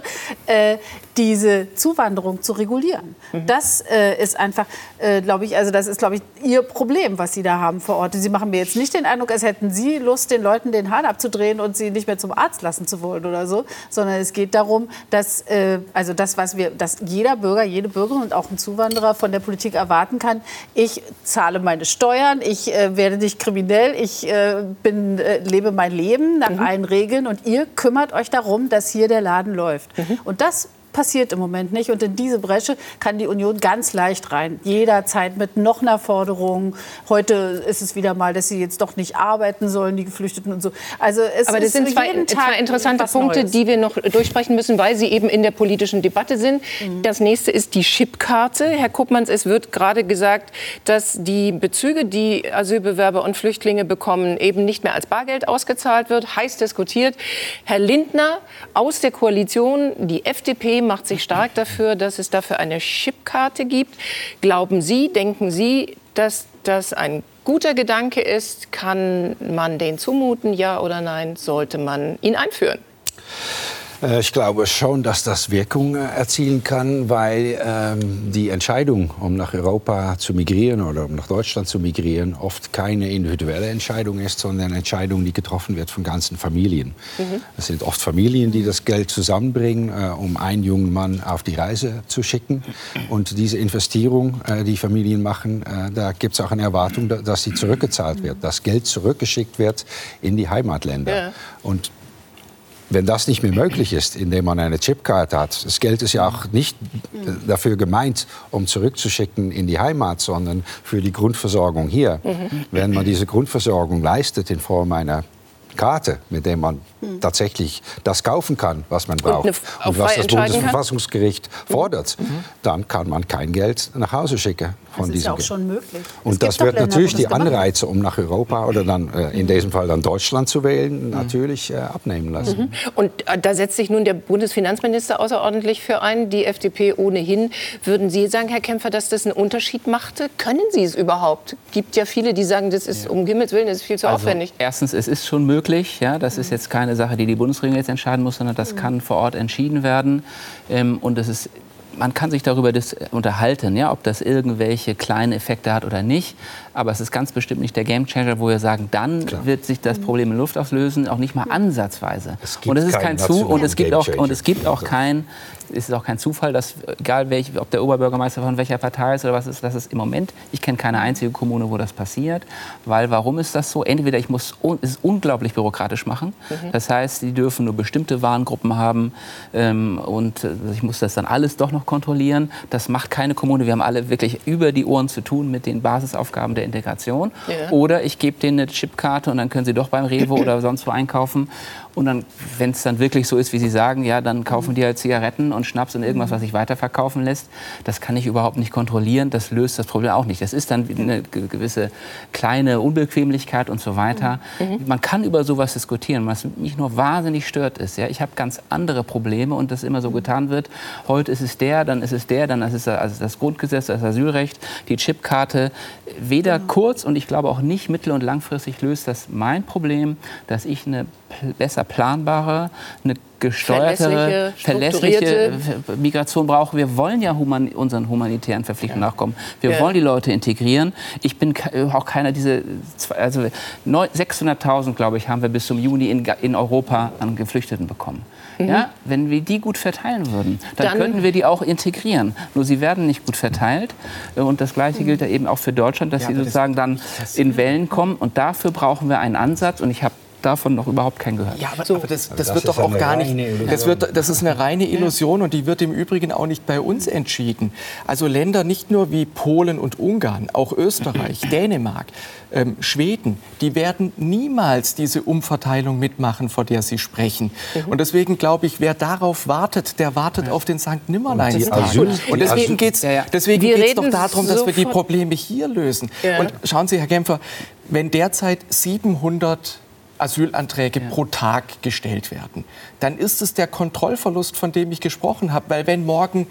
Speaker 6: diese Zuwanderung zu regulieren. Das ist einfach, glaube ich, Ihr Problem, was Sie da haben vor Ort. Sie machen mir jetzt nicht den Eindruck, als hätten Sie Lust, den Leuten den Hahn abzudrehen und sie nicht mehr zum Arzt lassen zu wollen oder so, sondern es geht darum, dass dass jeder Bürger, jede Bürgerin und auch ein Zuwanderer von der Politik erwarten kann, ich zahle meine Steuern, ich werde nicht kriminell, ich lebe mein Leben nach allen Regeln und ihr kümmert euch darum, dass hier der Laden läuft. Und das passiert im Moment nicht. Und in diese Bresche kann die Union ganz leicht rein. Jederzeit mit noch einer Forderung. Heute ist es wieder mal, dass sie jetzt doch nicht arbeiten sollen, die Geflüchteten und so. Also
Speaker 1: aber das sind zwei interessante Punkte, Neues, die wir noch durchsprechen müssen, weil sie eben in der politischen Debatte sind. Das nächste ist die Chipkarte. Herr Koopmans, es wird gerade gesagt, dass die Bezüge, die Asylbewerber und Flüchtlinge bekommen, eben nicht mehr als Bargeld ausgezahlt wird. Heiß diskutiert. Herr Lindner aus der Koalition, die FDP, macht sich stark dafür, dass es dafür eine Chipkarte gibt. Glauben Sie, denken Sie, dass das ein guter Gedanke ist? Kann man den zumuten, ja oder nein? Sollte man ihn einführen?
Speaker 8: Ich glaube schon, dass das Wirkung erzielen kann, weil die Entscheidung, um nach Europa zu migrieren oder um nach Deutschland zu migrieren, oft keine individuelle Entscheidung ist, sondern eine Entscheidung, die getroffen wird von ganzen Familien. Es sind oft Familien, die das Geld zusammenbringen, um einen jungen Mann auf die Reise zu schicken. Und diese Investierung, die Familien machen, da gibt es auch eine Erwartung, dass sie zurückgezahlt wird, dass Geld zurückgeschickt wird in die Heimatländer. Ja. Und wenn das nicht mehr möglich ist, indem man eine Chipkarte hat, das Geld ist ja auch nicht dafür gemeint, um zurückzuschicken in die Heimat, sondern für die Grundversorgung hier. Wenn man diese Grundversorgung leistet in Form einer Karte, mit der man tatsächlich das kaufen kann, was man braucht und was das Bundesverfassungsgericht fordert, dann kann man kein Geld nach Hause schicken.
Speaker 6: Das ist ja auch schon möglich.
Speaker 8: Und das wird natürlich die Anreize, um nach Europa oder dann in diesem Fall dann Deutschland zu wählen, natürlich abnehmen lassen.
Speaker 1: Und da setzt sich nun der Bundesfinanzminister außerordentlich für ein, die FDP ohnehin. Würden Sie sagen, Herr Kämpfer, dass das einen Unterschied machte? Können Sie es überhaupt? Es gibt ja viele, die sagen, das ist um Himmels Willen, das ist viel zu aufwendig.
Speaker 7: Erstens, es ist schon möglich. Ja, das ist jetzt keine Sache, die die Bundesregierung jetzt entscheiden muss, sondern das kann vor Ort entschieden werden. Und es ist man kann sich darüber unterhalten, ja, ob das irgendwelche kleinen Effekte hat oder nicht. Aber es ist ganz bestimmt nicht der Gamechanger, wo wir sagen, dann wird sich das Problem in Luft auflösen, auch nicht mal ansatzweise. Und es ist auch kein Zufall, dass egal ob der Oberbürgermeister von welcher Partei ist oder was ist, das ist im Moment, ich kenne keine einzige Kommune, wo das passiert. Weil warum ist das so? Entweder es ist unglaublich bürokratisch machen. Das heißt, die dürfen nur bestimmte Warengruppen haben und ich muss das dann alles doch noch kontrollieren. Das macht keine Kommune. Wir haben alle wirklich über die Ohren zu tun mit den Basisaufgaben der Integration. Ja. Oder ich gebe denen eine Chipkarte und dann können sie doch beim Rewe oder sonst wo einkaufen. Und dann, wenn es dann wirklich so ist, wie Sie sagen, ja, dann kaufen die halt Zigaretten und Schnaps und irgendwas, was sich weiterverkaufen lässt. Das kann ich überhaupt nicht kontrollieren. Das löst das Problem auch nicht. Das ist dann eine gewisse kleine Unbequemlichkeit und so weiter. Man kann über sowas diskutieren. Was mich nur wahnsinnig stört ist, ja, ich habe ganz andere Probleme und das immer so getan wird. Heute ist es der, dann ist es der, dann ist es also das Grundgesetz, das Asylrecht, die Chipkarte. Weder kurz und ich glaube auch nicht mittel- und langfristig löst das mein Problem, dass ich eine besser planbare, eine gesteuerte, verlässliche Migration brauchen. Wir wollen ja unseren humanitären Verpflichtungen nachkommen. Wir wollen die Leute integrieren. Ich bin auch keiner dieser, also 600.000, glaube ich, haben wir bis zum Juni in Europa an Geflüchteten bekommen. Ja, wenn wir die gut verteilen würden, dann könnten wir die auch integrieren. Nur sie werden nicht gut verteilt. Und das Gleiche gilt ja eben auch für Deutschland, dass sie sozusagen dann in Wellen kommen. Und dafür brauchen wir einen Ansatz. Und ich habe davon noch überhaupt keinen gehört.
Speaker 4: Ja, aber das wird doch auch gar nicht. Das ist eine reine Illusion und die wird im Übrigen auch nicht bei uns entschieden. Also Länder nicht nur wie Polen und Ungarn, auch Österreich, Dänemark, Schweden, die werden niemals diese Umverteilung mitmachen, vor der Sie sprechen. Und deswegen glaube ich, wer darauf wartet, der wartet auf den Sankt Nimmerleinstag. Und deswegen geht es doch darum, dass wir die Probleme hier lösen. Ja. Und schauen Sie, Herr Gempfer, wenn derzeit 700 Asylanträge pro Tag gestellt werden, dann ist es der Kontrollverlust, von dem ich gesprochen habe. Weil wenn morgen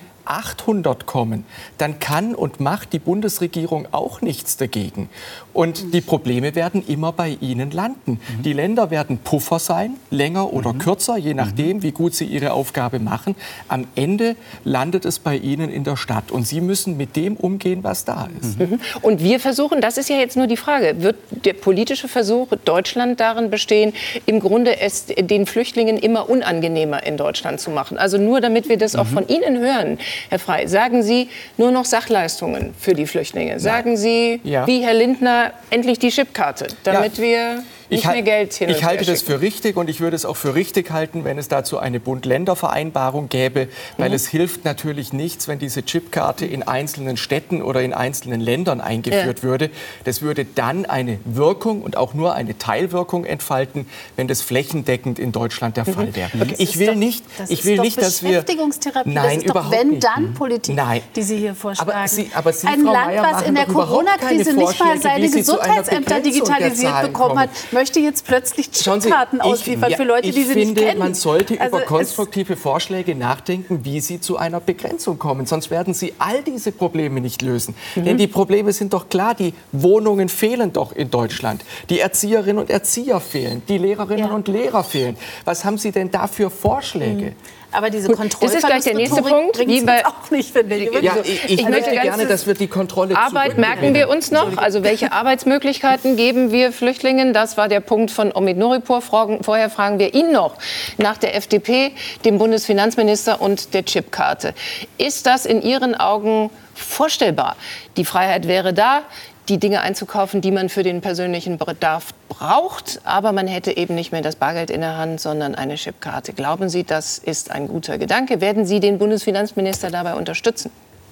Speaker 4: 800 kommen, dann kann und macht die Bundesregierung auch nichts dagegen. Und die Probleme werden immer bei Ihnen landen. Die Länder werden Puffer sein, länger oder kürzer, je nachdem, wie gut sie ihre Aufgabe machen. Am Ende landet es bei Ihnen in der Stadt. Und Sie müssen mit dem umgehen, was da ist.
Speaker 1: Und wir versuchen, das ist ja jetzt nur die Frage, wird der politische Versuch Deutschland darin bestehen, im Grunde es den Flüchtlingen immer unangenehmer in Deutschland zu machen? Also nur damit wir das auch von Ihnen hören. Herr Frey, sagen Sie nur noch Sachleistungen für die Flüchtlinge? Sagen Sie, wie Herr Lindner, endlich die Chipkarte, damit wir nicht mehr Geld hin und her
Speaker 4: Ich halte das
Speaker 1: schicken?
Speaker 4: für richtig und ich würde es auch für richtig halten, wenn es dazu eine Bund-Länder-Vereinbarung gäbe, weil es hilft natürlich nichts, wenn diese Chipkarte in einzelnen Städten oder in einzelnen Ländern eingeführt würde. Das würde dann eine Wirkung und auch nur eine Teilwirkung entfalten, wenn das flächendeckend in Deutschland der Fall wäre. Ich will nicht, dass wir...
Speaker 6: Beschäftigungstherapie,
Speaker 4: Nein,
Speaker 6: das ist doch Wenn-Dann-Politik, die Sie hier vorschlagen.
Speaker 4: Aber Sie,
Speaker 6: ein
Speaker 4: Frau
Speaker 6: Land,
Speaker 4: Meier,
Speaker 6: was
Speaker 4: machen
Speaker 6: in der
Speaker 4: doch überhaupt
Speaker 6: Corona-Krise
Speaker 4: keine
Speaker 6: nicht mal
Speaker 4: Vorschläge,
Speaker 6: seine
Speaker 4: wie Sie zu einer
Speaker 6: Gesundheitsämter
Speaker 4: Begrenzung der
Speaker 6: digitalisiert
Speaker 4: Zahlen
Speaker 6: bekommen hat, möchte jetzt plötzlich Chipkarten ausliefern für Leute, die sie nicht kennen.
Speaker 4: Ich finde, man sollte
Speaker 6: Also
Speaker 4: über konstruktive Vorschläge nachdenken, wie sie zu einer Begrenzung kommen. Sonst werden Sie all diese Probleme nicht lösen. Denn die Probleme sind doch klar, die Wohnungen fehlen doch in Deutschland. Die Erzieherinnen und Erzieher fehlen, die Lehrerinnen und Lehrer fehlen. Was haben Sie denn da für Vorschläge?
Speaker 6: Aber diese Kontrolle,
Speaker 1: das ist gleich der nächste Punkt.
Speaker 6: Wie bei auch nicht, finde ich.
Speaker 4: Ich möchte gerne, dass wir die Kontrolle
Speaker 1: Arbeit merken wir uns noch. Also welche Arbeitsmöglichkeiten geben wir Flüchtlingen? Das war der Punkt von Omid Nuripur. Vorher fragen wir ihn noch nach der FDP, dem Bundesfinanzminister und der Chipkarte. Ist das in Ihren Augen vorstellbar? Die Freiheit wäre da, die Dinge einzukaufen, die man für den persönlichen Bedarf braucht. Aber man hätte eben nicht mehr das Bargeld in der Hand, sondern eine Chipkarte. Glauben Sie, das ist ein guter Gedanke? Werden Sie den Bundesfinanzminister dabei unterstützen?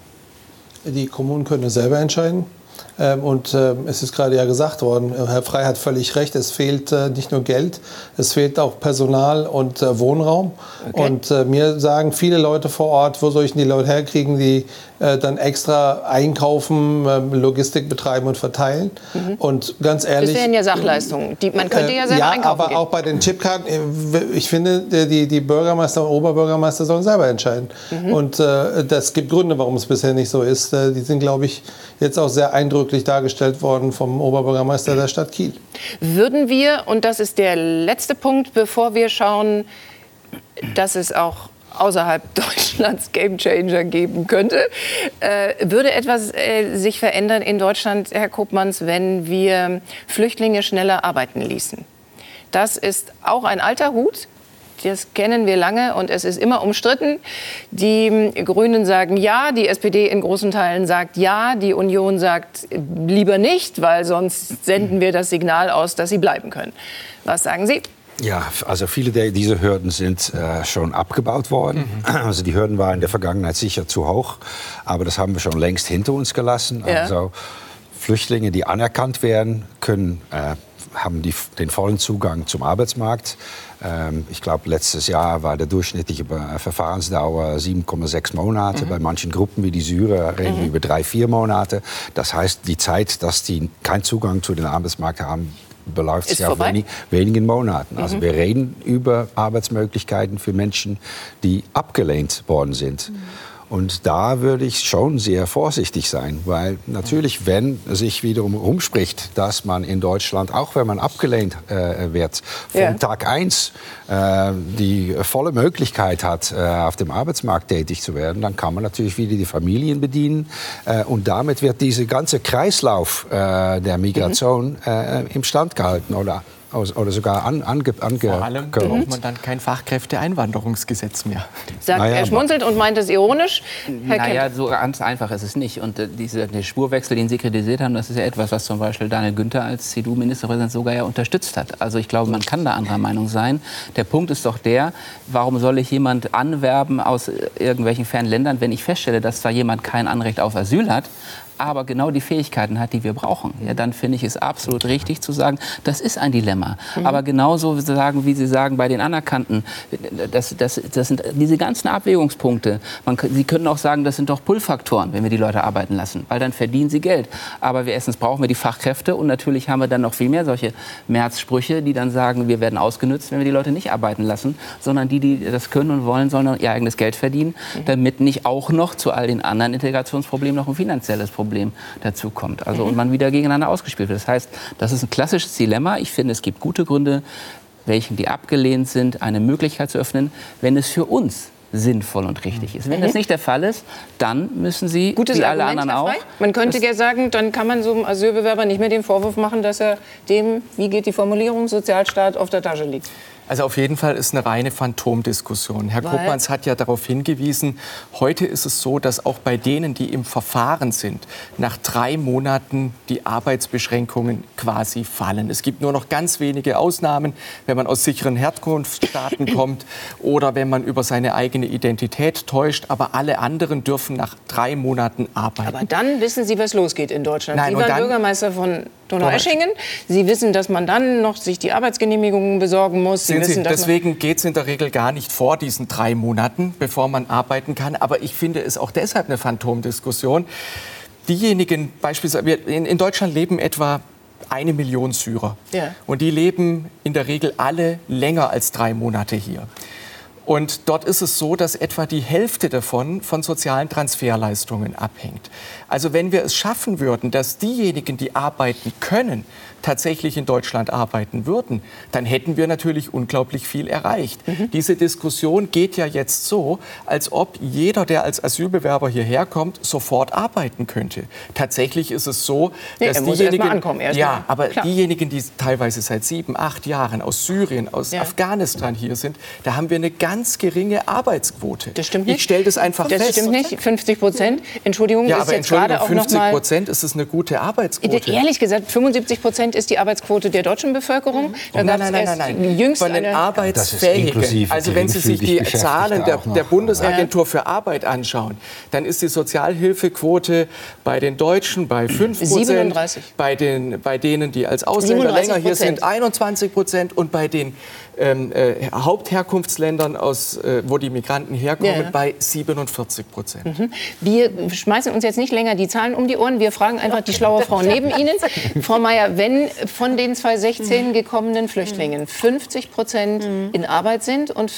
Speaker 5: Die Kommunen können es selber entscheiden. Und es ist gerade ja gesagt worden, Herr Frey hat völlig recht, es fehlt nicht nur Geld, es fehlt auch Personal und Wohnraum. Okay. Und mir sagen viele Leute vor Ort, wo soll ich denn die Leute herkriegen, die dann extra einkaufen, Logistik betreiben und verteilen. Und ganz ehrlich...
Speaker 1: Das wären ja Sachleistungen, man könnte ja selber einkaufen
Speaker 5: aber
Speaker 1: gehen. Auch
Speaker 5: bei den Chipkarten, ich finde, die Bürgermeister und Oberbürgermeister sollen selber entscheiden. Und das gibt Gründe, warum es bisher nicht so ist. Die sind, glaube ich, jetzt auch sehr eindrücklich dargestellt worden vom Oberbürgermeister der Stadt Kiel.
Speaker 1: Würden wir, und das ist der letzte Punkt, bevor wir schauen, dass es auch außerhalb Deutschlands Gamechanger geben könnte, würde etwas sich verändern in Deutschland, Herr Koopmans, wenn wir Flüchtlinge schneller arbeiten ließen? Das ist auch ein alter Hut. Das kennen wir lange und es ist immer umstritten. Die Grünen sagen ja, die SPD in großen Teilen sagt ja, die Union sagt lieber nicht, weil sonst senden wir das Signal aus, dass sie bleiben können. Was sagen Sie?
Speaker 8: Ja, also viele dieser Hürden sind schon abgebaut worden. Also die Hürden waren in der Vergangenheit sicher zu hoch, aber das haben wir schon längst hinter uns gelassen.
Speaker 1: Ja.
Speaker 8: Also Flüchtlinge, die anerkannt werden, haben den vollen Zugang zum Arbeitsmarkt. Ich glaube, letztes Jahr war der durchschnittliche Verfahrensdauer 7,6 Monate. Bei manchen Gruppen wie die Syrer reden wir über 3-4 Monate. Das heißt, die Zeit, dass die keinen Zugang zu den Arbeitsmarkt haben, beläuft sich auf wenigen Monaten. Also wir reden über Arbeitsmöglichkeiten für Menschen, die abgelehnt worden sind. Und da würde ich schon sehr vorsichtig sein, weil natürlich, wenn sich wiederum rumspricht, dass man in Deutschland, auch wenn man abgelehnt wird, von Tag 1 die volle Möglichkeit hat, auf dem Arbeitsmarkt tätig zu werden, dann kann man natürlich wieder die Familien bedienen. Und damit wird dieser ganze Kreislauf der Migration im Stand gehalten oder oder sogar angekündigt.
Speaker 4: Vor allem braucht man dann kein Fachkräfteeinwanderungsgesetz mehr.
Speaker 1: Sagt er schmunzelt und meint es ironisch.
Speaker 7: Naja, so ganz einfach ist es nicht. Und der Spurwechsel, den Sie kritisiert haben, das ist ja etwas, was zum Beispiel Daniel Günther als CDU-Ministerpräsident sogar ja unterstützt hat. Also ich glaube, man kann da anderer Meinung sein. Der Punkt ist doch der, warum soll ich jemand anwerben aus irgendwelchen fernen Ländern, wenn ich feststelle, dass da jemand kein Anrecht auf Asyl hat, aber genau die Fähigkeiten hat, die wir brauchen. Ja, dann finde ich es absolut richtig zu sagen, das ist ein Dilemma. Aber genauso sagen, wie Sie sagen, bei den Anerkannten, das sind diese ganzen Abwägungspunkte. Sie können auch sagen, das sind doch Pull-Faktoren, wenn wir die Leute arbeiten lassen, weil dann verdienen sie Geld. Aber erstens brauchen wir die Fachkräfte und natürlich haben wir dann noch viel mehr solche Märzsprüche, die dann sagen, wir werden ausgenutzt, wenn wir die Leute nicht arbeiten lassen, sondern die das können und wollen, sollen ihr eigenes Geld verdienen, damit nicht auch noch zu all den anderen Integrationsproblemen noch ein finanzielles Problem dazu kommt. Also und man wieder gegeneinander ausgespielt wird. Das heißt, das ist ein klassisches Dilemma. Ich finde, es gibt gute Gründe, welchen die abgelehnt sind, eine Möglichkeit zu öffnen, wenn es für uns sinnvoll und richtig ist. Wenn das nicht der Fall ist, dann müssen Sie, wie alle anderen auch...
Speaker 1: Man könnte ja sagen, dann kann man so einem Asylbewerber nicht mehr den Vorwurf machen, dass er dem, wie geht die Formulierung, Sozialstaat auf der Tasche liegt.
Speaker 4: Also auf jeden Fall ist eine reine Phantomdiskussion. Herr Koopmans hat ja darauf hingewiesen, heute ist es so, dass auch bei denen, die im Verfahren sind, nach 3 Monaten die Arbeitsbeschränkungen quasi fallen. Es gibt nur noch ganz wenige Ausnahmen, wenn man aus sicheren Herkunftsstaaten kommt oder wenn man über seine eigene Identität täuscht. Aber alle anderen dürfen nach 3 Monaten arbeiten.
Speaker 1: Aber dann wissen Sie, was losgeht in Deutschland. Nein, Sie waren Bürgermeister von Donaueschingen. Sie wissen, dass man dann noch sich die Arbeitsgenehmigungen besorgen muss.
Speaker 4: Deswegen geht es in der Regel gar nicht vor diesen 3 Monaten, bevor man arbeiten kann. Aber ich finde es auch deshalb eine Phantomdiskussion. Diejenigen, beispielsweise in Deutschland leben etwa 1 Million Syrer. Ja. Und die leben in der Regel alle länger als 3 Monate hier. Und dort ist es so, dass etwa die Hälfte davon von sozialen Transferleistungen abhängt. Also wenn wir es schaffen würden, dass diejenigen, die arbeiten können, tatsächlich in Deutschland arbeiten würden, dann hätten wir natürlich unglaublich viel erreicht. Diese Diskussion geht ja jetzt so, als ob jeder, der als Asylbewerber hierher kommt, sofort arbeiten könnte. Tatsächlich ist es so, dass diejenigen, die teilweise seit 7, 8 Jahren aus Syrien, aus Afghanistan hier sind, da haben wir eine ganz geringe Arbeitsquote.
Speaker 1: Das stimmt nicht.
Speaker 4: Ich stelle das einfach fest.
Speaker 1: Das stimmt nicht. 50%. Entschuldigung,
Speaker 4: ja,
Speaker 1: ist
Speaker 4: aber
Speaker 1: jetzt gerade auch noch mal...
Speaker 4: 50% ist es eine gute Arbeitsquote.
Speaker 1: Ehrlich gesagt, 75% ist die Arbeitsquote der deutschen Bevölkerung.
Speaker 4: Nein. Jüngst von den Arbeitsfähigen. Also wenn Sie sich die Zahlen der Bundesagentur für Arbeit anschauen, dann ist die Sozialhilfequote bei den Deutschen bei 5%,
Speaker 1: 37.
Speaker 4: Bei denen, die als Ausländer länger hier sind, 21% und bei den Hauptherkunftsländern, wo die Migranten herkommen, bei 47%.
Speaker 1: Wir schmeißen uns jetzt nicht länger die Zahlen um die Ohren. Wir fragen einfach die schlaue Frau neben Ihnen. Frau Mayer, wenn von den 2016 gekommenen Flüchtlingen 50% in Arbeit sind und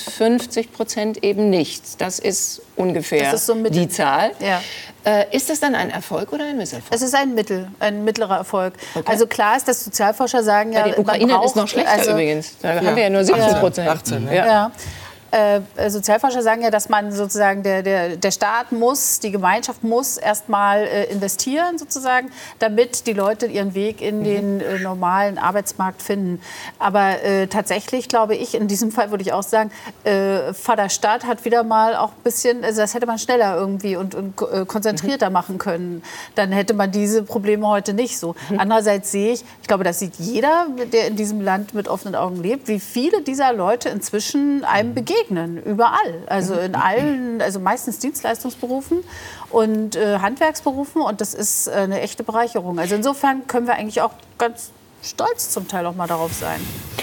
Speaker 1: 50% eben nicht, das ist ungefähr die Zahl. Ja. Ist das dann ein Erfolg oder ein Misserfolg?
Speaker 6: Es ist ein mittlerer Erfolg. Okay. Also klar ist, dass Sozialforscher sagen,
Speaker 1: bei den Ukrainern ist noch schlechter übrigens. Da haben wir ja nur 70%.
Speaker 6: 18, ja. Sozialforscher sagen ja, dass man sozusagen der Staat muss, die Gemeinschaft muss erstmal investieren sozusagen, damit die Leute ihren Weg in den normalen Arbeitsmarkt finden. Aber tatsächlich glaube ich, in diesem Fall würde ich auch sagen, Vater Staat hat wieder mal auch ein bisschen, also das hätte man schneller irgendwie und konzentrierter machen können. Dann hätte man diese Probleme heute nicht so. Andererseits sehe ich glaube, das sieht jeder, der in diesem Land mit offenen Augen lebt, wie viele dieser Leute inzwischen einem begegnen. Überall, also in allen, also meistens Dienstleistungsberufen und Handwerksberufen und das ist eine echte Bereicherung. Also insofern können wir eigentlich auch ganz stolz zum Teil auch mal darauf sein.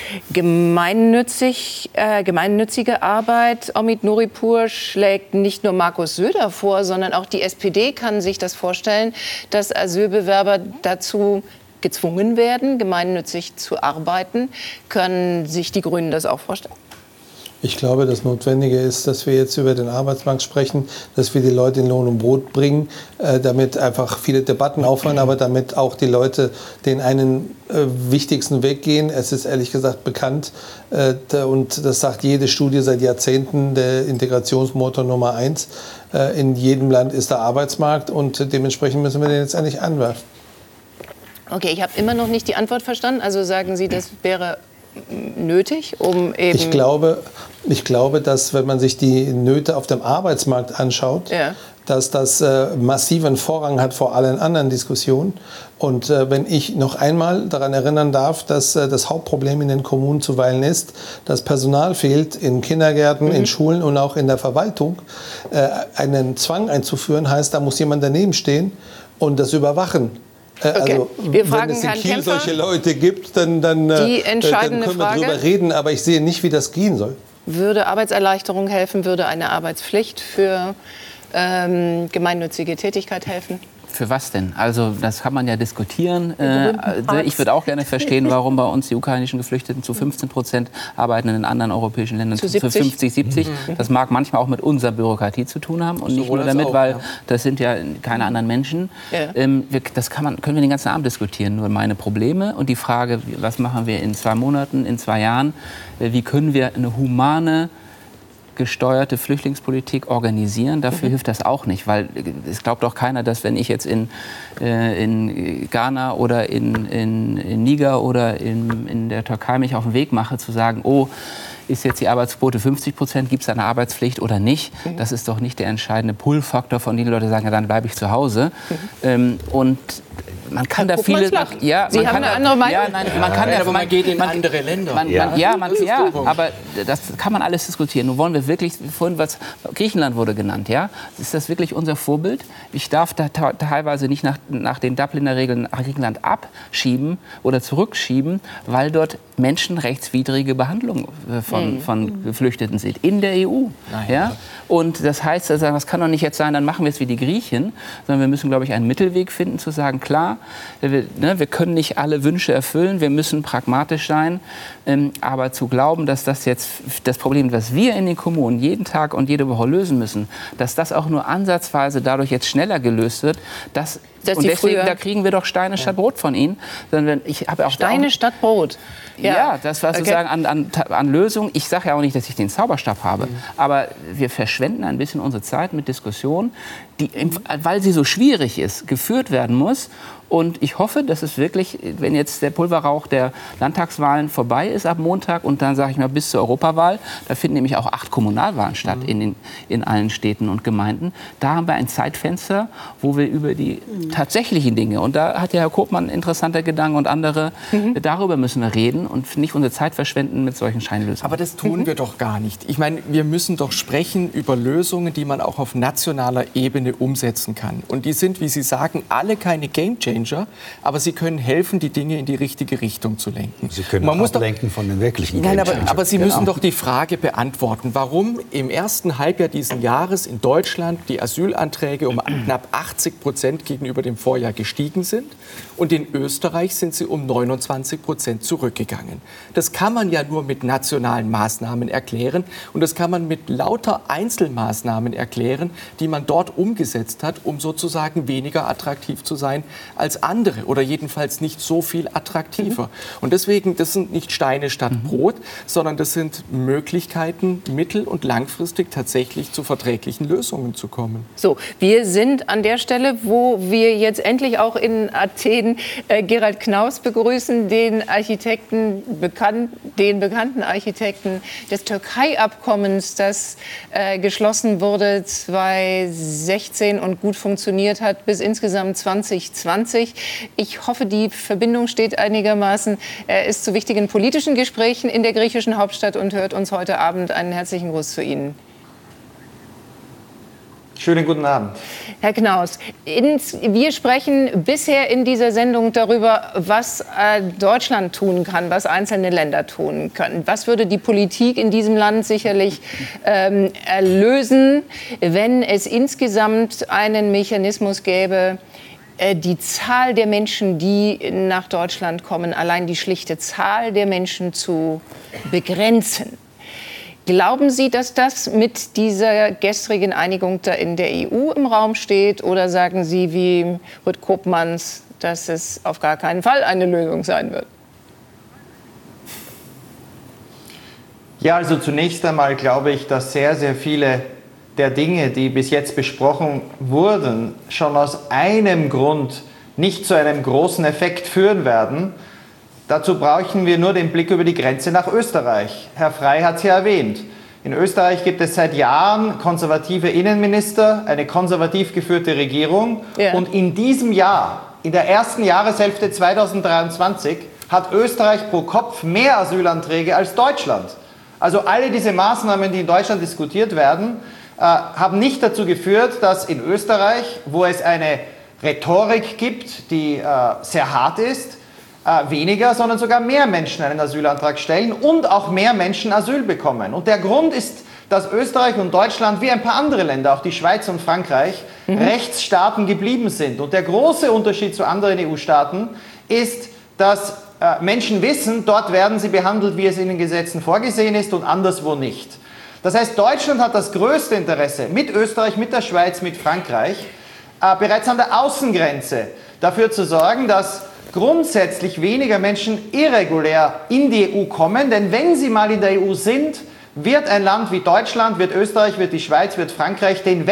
Speaker 1: Gemeinnützige Arbeit, Omid Nuripur, schlägt nicht nur Markus Söder vor, sondern auch die SPD kann sich das vorstellen, dass Asylbewerber dazu gezwungen werden, gemeinnützig zu arbeiten. Können sich die Grünen das auch vorstellen?
Speaker 5: Ich glaube, das Notwendige ist, dass wir jetzt über den Arbeitsmarkt sprechen, dass wir die Leute in Lohn und Brot bringen, damit einfach viele Debatten aufhören, aber damit auch die Leute den einen wichtigsten Weg gehen. Es ist ehrlich gesagt bekannt, und das sagt jede Studie seit Jahrzehnten, der Integrationsmotor Nummer 1. In jedem Land ist der Arbeitsmarkt und dementsprechend müssen wir den jetzt endlich anwerfen.
Speaker 1: Okay, ich habe immer noch nicht die Antwort verstanden. Also sagen Sie, das wäre nötig, um eben...
Speaker 5: Ich glaube, dass, wenn man sich die Nöte auf dem Arbeitsmarkt anschaut, dass das massiven Vorrang hat vor allen anderen Diskussionen. Und wenn ich noch einmal daran erinnern darf, dass das Hauptproblem in den Kommunen zuweilen ist, dass Personal fehlt in Kindergärten, in Schulen und auch in der Verwaltung, einen Zwang einzuführen, heißt, da muss jemand daneben stehen und das überwachen. Also,
Speaker 1: wir fragen
Speaker 5: wenn es in
Speaker 1: Herrn
Speaker 5: Kiel
Speaker 1: Kämpfer,
Speaker 5: solche Leute gibt, dann können wir darüber reden, aber ich sehe nicht, wie das gehen soll.
Speaker 1: Würde Arbeitserleichterung helfen? Würde eine Arbeitspflicht für gemeinnützige Tätigkeit helfen?
Speaker 7: Für was denn? Also das kann man ja diskutieren. Ich würde auch gerne verstehen, warum bei uns die ukrainischen Geflüchteten zu 15% arbeiten, in den anderen europäischen Ländern zu 50, 70. Das mag manchmal auch mit unserer Bürokratie zu tun haben und nicht nur damit, weil das sind ja keine anderen Menschen. Das können wir den ganzen Abend diskutieren. Nur meine Probleme und die Frage, was machen wir in 2 Monaten, in 2 Jahren, wie können wir eine humane, gesteuerte Flüchtlingspolitik organisieren. Dafür hilft das auch nicht, weil es glaubt auch keiner, dass wenn ich jetzt in Ghana oder in Niger oder in der Türkei mich auf den Weg mache, zu sagen, oh, ist jetzt die Arbeitsquote 50%, gibt es eine Arbeitspflicht oder nicht? Das ist doch nicht der entscheidende Pull-Faktor, von dem die Leute sagen, ja, dann bleibe ich zu Hause. Und man kann da viele...
Speaker 1: Sie haben eine andere Meinung?
Speaker 7: Ja, nein, man geht in andere Länder. Aber das kann man alles diskutieren. Nun wollen wir wirklich, vorhin Griechenland wurde genannt, ja? Ist das wirklich unser Vorbild? Ich darf da teilweise nicht nach den Dubliner Regeln nach Griechenland abschieben oder zurückschieben, weil dort menschenrechtswidrige Behandlung von Geflüchteten sind in der EU. Ja? Und das heißt, das kann doch nicht jetzt sein, dann machen wir es wie die Griechen, sondern wir müssen, glaube ich, einen Mittelweg finden, zu sagen, klar, wir können nicht alle Wünsche erfüllen, wir müssen pragmatisch sein, aber zu glauben, dass das jetzt das Problem, was wir in den Kommunen jeden Tag und jede Woche lösen müssen, dass das auch nur ansatzweise dadurch jetzt schneller gelöst wird, und deswegen, da kriegen wir doch Steine statt Brot von Ihnen. Ich habe auch
Speaker 1: Steine statt Brot?
Speaker 7: Ja, das war sozusagen an Lösungen. Ich sage ja auch nicht, dass ich den Zauberstab habe, aber wir verschwenden ein bisschen unsere Zeit mit Diskussionen, die, weil sie so schwierig ist, geführt werden muss. Und ich hoffe, dass es wirklich, wenn jetzt der Pulverrauch der Landtagswahlen vorbei ist ab Montag und dann sage ich mal bis zur Europawahl, da finden nämlich auch 8 Kommunalwahlen statt in allen Städten und Gemeinden. Da haben wir ein Zeitfenster, wo wir über die tatsächlichen Dinge, und da hat ja Herr Koopmann interessante Gedanken und andere, darüber müssen wir reden und nicht unsere Zeit verschwenden mit solchen Scheinlösungen.
Speaker 4: Aber das tun wir doch gar nicht. Ich meine, wir müssen doch sprechen über Lösungen, die man auch auf nationaler Ebene umsetzen kann. Und die sind, wie Sie sagen, alle keine Gamechanger, aber sie können helfen, die Dinge in die richtige Richtung zu lenken.
Speaker 8: Sie können ablenken von den wirklichen Gamechanger.
Speaker 4: Aber Sie müssen doch die Frage beantworten, warum im ersten Halbjahr dieses Jahres in Deutschland die Asylanträge um knapp 80% gegenüber dem Vorjahr gestiegen sind und in Österreich sind sie um 29% zurückgegangen. Das kann man ja nur mit nationalen Maßnahmen erklären und das kann man mit lauter Einzelmaßnahmen erklären, die man dort umgesetzt hat, um sozusagen weniger attraktiv zu sein als andere oder jedenfalls nicht so viel attraktiver. Und deswegen, das sind nicht Steine statt Brot, sondern das sind Möglichkeiten, mittel- und langfristig tatsächlich zu verträglichen Lösungen zu kommen.
Speaker 1: So, wir sind an der Stelle, wo wir jetzt endlich auch in Athen Gerald Knaus begrüßen, den bekannten Architekten des Türkei-Abkommens, das geschlossen wurde 2016 und gut funktioniert hat bis insgesamt 2020. Ich hoffe, die Verbindung steht einigermaßen. Er ist zu wichtigen politischen Gesprächen in der griechischen Hauptstadt und hört uns heute Abend. Einen herzlichen Gruß zu Ihnen.
Speaker 9: Schönen guten Abend.
Speaker 1: Herr Knaus, wir sprechen bisher in dieser Sendung darüber, was Deutschland tun kann, was einzelne Länder tun können. Was würde die Politik in diesem Land sicherlich erlösen, wenn es insgesamt einen Mechanismus gäbe, die Zahl der Menschen, die nach Deutschland kommen, allein die schlichte Zahl der Menschen zu begrenzen? Glauben Sie, dass das mit dieser gestrigen Einigung da in der EU im Raum steht? Oder sagen Sie wie Ruud Koopmans, dass es auf gar keinen Fall eine Lösung sein wird?
Speaker 9: Ja, also zunächst einmal glaube ich, dass sehr, sehr viele der Dinge, die bis jetzt besprochen wurden, schon aus einem Grund nicht zu einem großen Effekt führen werden. Dazu brauchen wir nur den Blick über die Grenze nach Österreich. Herr Frey hat es ja erwähnt. In Österreich gibt es seit Jahren konservative Innenminister, eine konservativ geführte Regierung. Ja. Und in diesem Jahr, in der ersten Jahreshälfte 2023, hat Österreich pro Kopf mehr Asylanträge als Deutschland. Also alle diese Maßnahmen, die in Deutschland diskutiert werden, haben nicht dazu geführt, dass in Österreich, wo es eine Rhetorik gibt, die sehr hart ist, weniger, sondern sogar mehr Menschen einen Asylantrag stellen und auch mehr Menschen Asyl bekommen. Und der Grund ist, dass Österreich und Deutschland, wie ein paar andere Länder, auch die Schweiz und Frankreich, Rechtsstaaten geblieben sind. Und der große Unterschied zu anderen EU-Staaten ist, dass Menschen wissen, dort werden sie behandelt, wie es in den Gesetzen vorgesehen ist und anderswo nicht. Das heißt, Deutschland hat das größte Interesse, mit Österreich, mit der Schweiz, mit Frankreich, bereits an der Außengrenze dafür zu sorgen, dass grundsätzlich weniger Menschen irregulär in die EU kommen, denn wenn sie mal in der EU sind, wird ein Land wie Deutschland, wird Österreich, wird die Schweiz, wird Frankreich den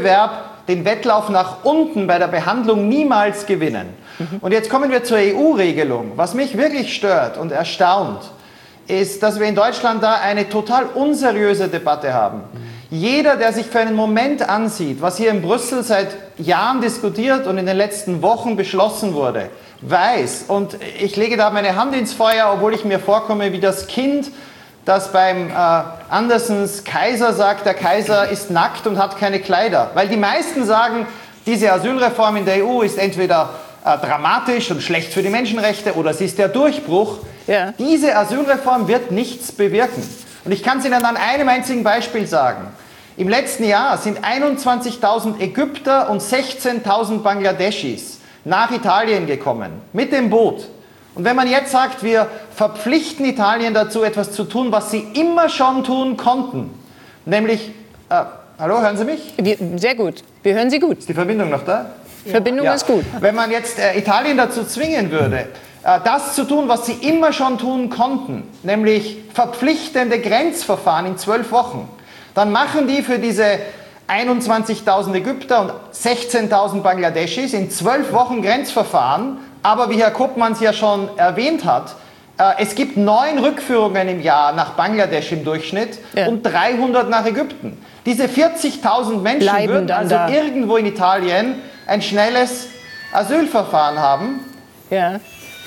Speaker 9: Wettlauf nach unten bei der Behandlung niemals gewinnen. Und jetzt kommen wir zur EU-Regelung. Was mich wirklich stört und erstaunt, ist, dass wir in Deutschland da eine total unseriöse Debatte haben. Jeder, der sich für einen Moment ansieht, was hier in Brüssel seit Jahren diskutiert und in den letzten Wochen beschlossen wurde, weiß, und ich lege da meine Hand ins Feuer, obwohl ich mir vorkomme wie das Kind, das beim Andersens Kaiser sagt, der Kaiser ist nackt und hat keine Kleider. Weil die meisten sagen, diese Asylreform in der EU ist entweder dramatisch und schlecht für die Menschenrechte oder sie ist der Durchbruch. Ja. Diese Asylreform wird nichts bewirken. Und ich kann es Ihnen an einem einzigen Beispiel sagen. Im letzten Jahr sind 21.000 Ägypter und 16.000 Bangladeschis nach Italien gekommen, mit dem Boot. Und wenn man jetzt sagt, wir verpflichten Italien dazu, etwas zu tun, was sie immer schon tun konnten, nämlich, hallo, hören Sie mich?
Speaker 1: Sehr gut, wir hören Sie gut.
Speaker 9: Ist die Verbindung noch da?
Speaker 1: Die Verbindung ist gut.
Speaker 9: Wenn man jetzt Italien dazu zwingen würde, das zu tun, was sie immer schon tun konnten, nämlich verpflichtende Grenzverfahren in 12 Wochen, dann machen die für diese 21.000 Ägypter und 16.000 Bangladeschis in 12 Wochen Grenzverfahren. Aber wie Herr Koopmans ja schon erwähnt hat, es gibt 9 Rückführungen im Jahr nach Bangladesch im Durchschnitt und 300 nach Ägypten. Diese 40.000 Menschen würden also irgendwo in Italien ein schnelles Asylverfahren haben.
Speaker 1: Ja.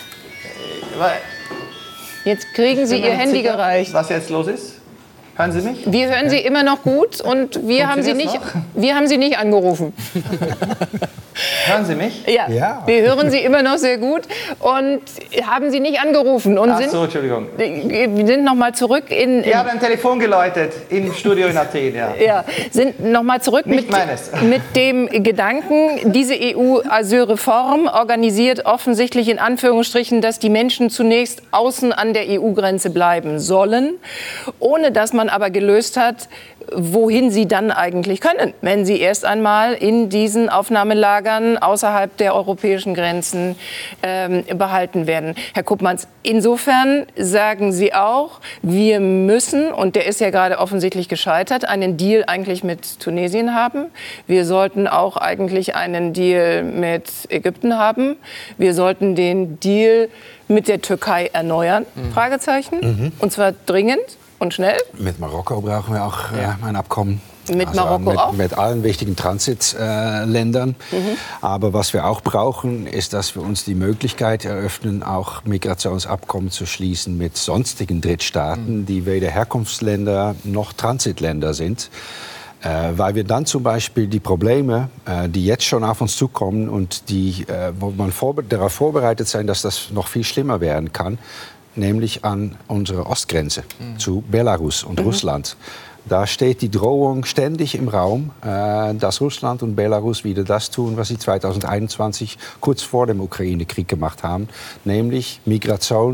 Speaker 1: Jetzt kriegen Sie Ihr Handy gereicht.
Speaker 9: Was jetzt los ist? Hören Sie mich?
Speaker 1: Wir hören Sie immer noch gut und wir haben Sie nicht angerufen.
Speaker 9: Hören Sie mich?
Speaker 1: Ja, wir hören Sie immer noch sehr gut und haben Sie nicht angerufen. Und
Speaker 9: Entschuldigung.
Speaker 1: Wir sind noch mal zurück in...
Speaker 9: Ich habe ein Telefon geläutet im Studio in Athen,
Speaker 1: ja. Sind noch mal zurück mit dem Gedanken, diese EU-Asylreform organisiert offensichtlich in Anführungsstrichen, dass die Menschen zunächst außen an der EU-Grenze bleiben sollen, ohne dass man aber gelöst hat, wohin sie dann eigentlich können, wenn sie erst einmal in diesen Aufnahmelagern außerhalb der europäischen Grenzen behalten werden. Herr Koopmans, insofern sagen Sie auch, wir müssen, und der ist ja gerade offensichtlich gescheitert, einen Deal eigentlich mit Tunesien haben. Wir sollten auch eigentlich einen Deal mit Ägypten haben. Wir sollten den Deal mit der Türkei erneuern, Fragezeichen, und zwar dringend. Und schnell?
Speaker 8: Mit Marokko brauchen wir auch ein Abkommen.
Speaker 1: Mit Marokko auch?
Speaker 8: Mit allen wichtigen Transitländern. Aber was wir auch brauchen, ist, dass wir uns die Möglichkeit eröffnen, auch Migrationsabkommen zu schließen mit sonstigen Drittstaaten, die weder Herkunftsländer noch Transitländer sind. Weil wir dann zum Beispiel die Probleme, die jetzt schon auf uns zukommen und wo man darauf vorbereitet sein, dass das noch viel schlimmer werden kann, nämlich an unserer Ostgrenze zu Belarus und Russland. Da steht die Drohung ständig im Raum, dass Russland und Belarus wieder das tun, was sie 2021 kurz vor dem Ukraine-Krieg gemacht haben, nämlich Migration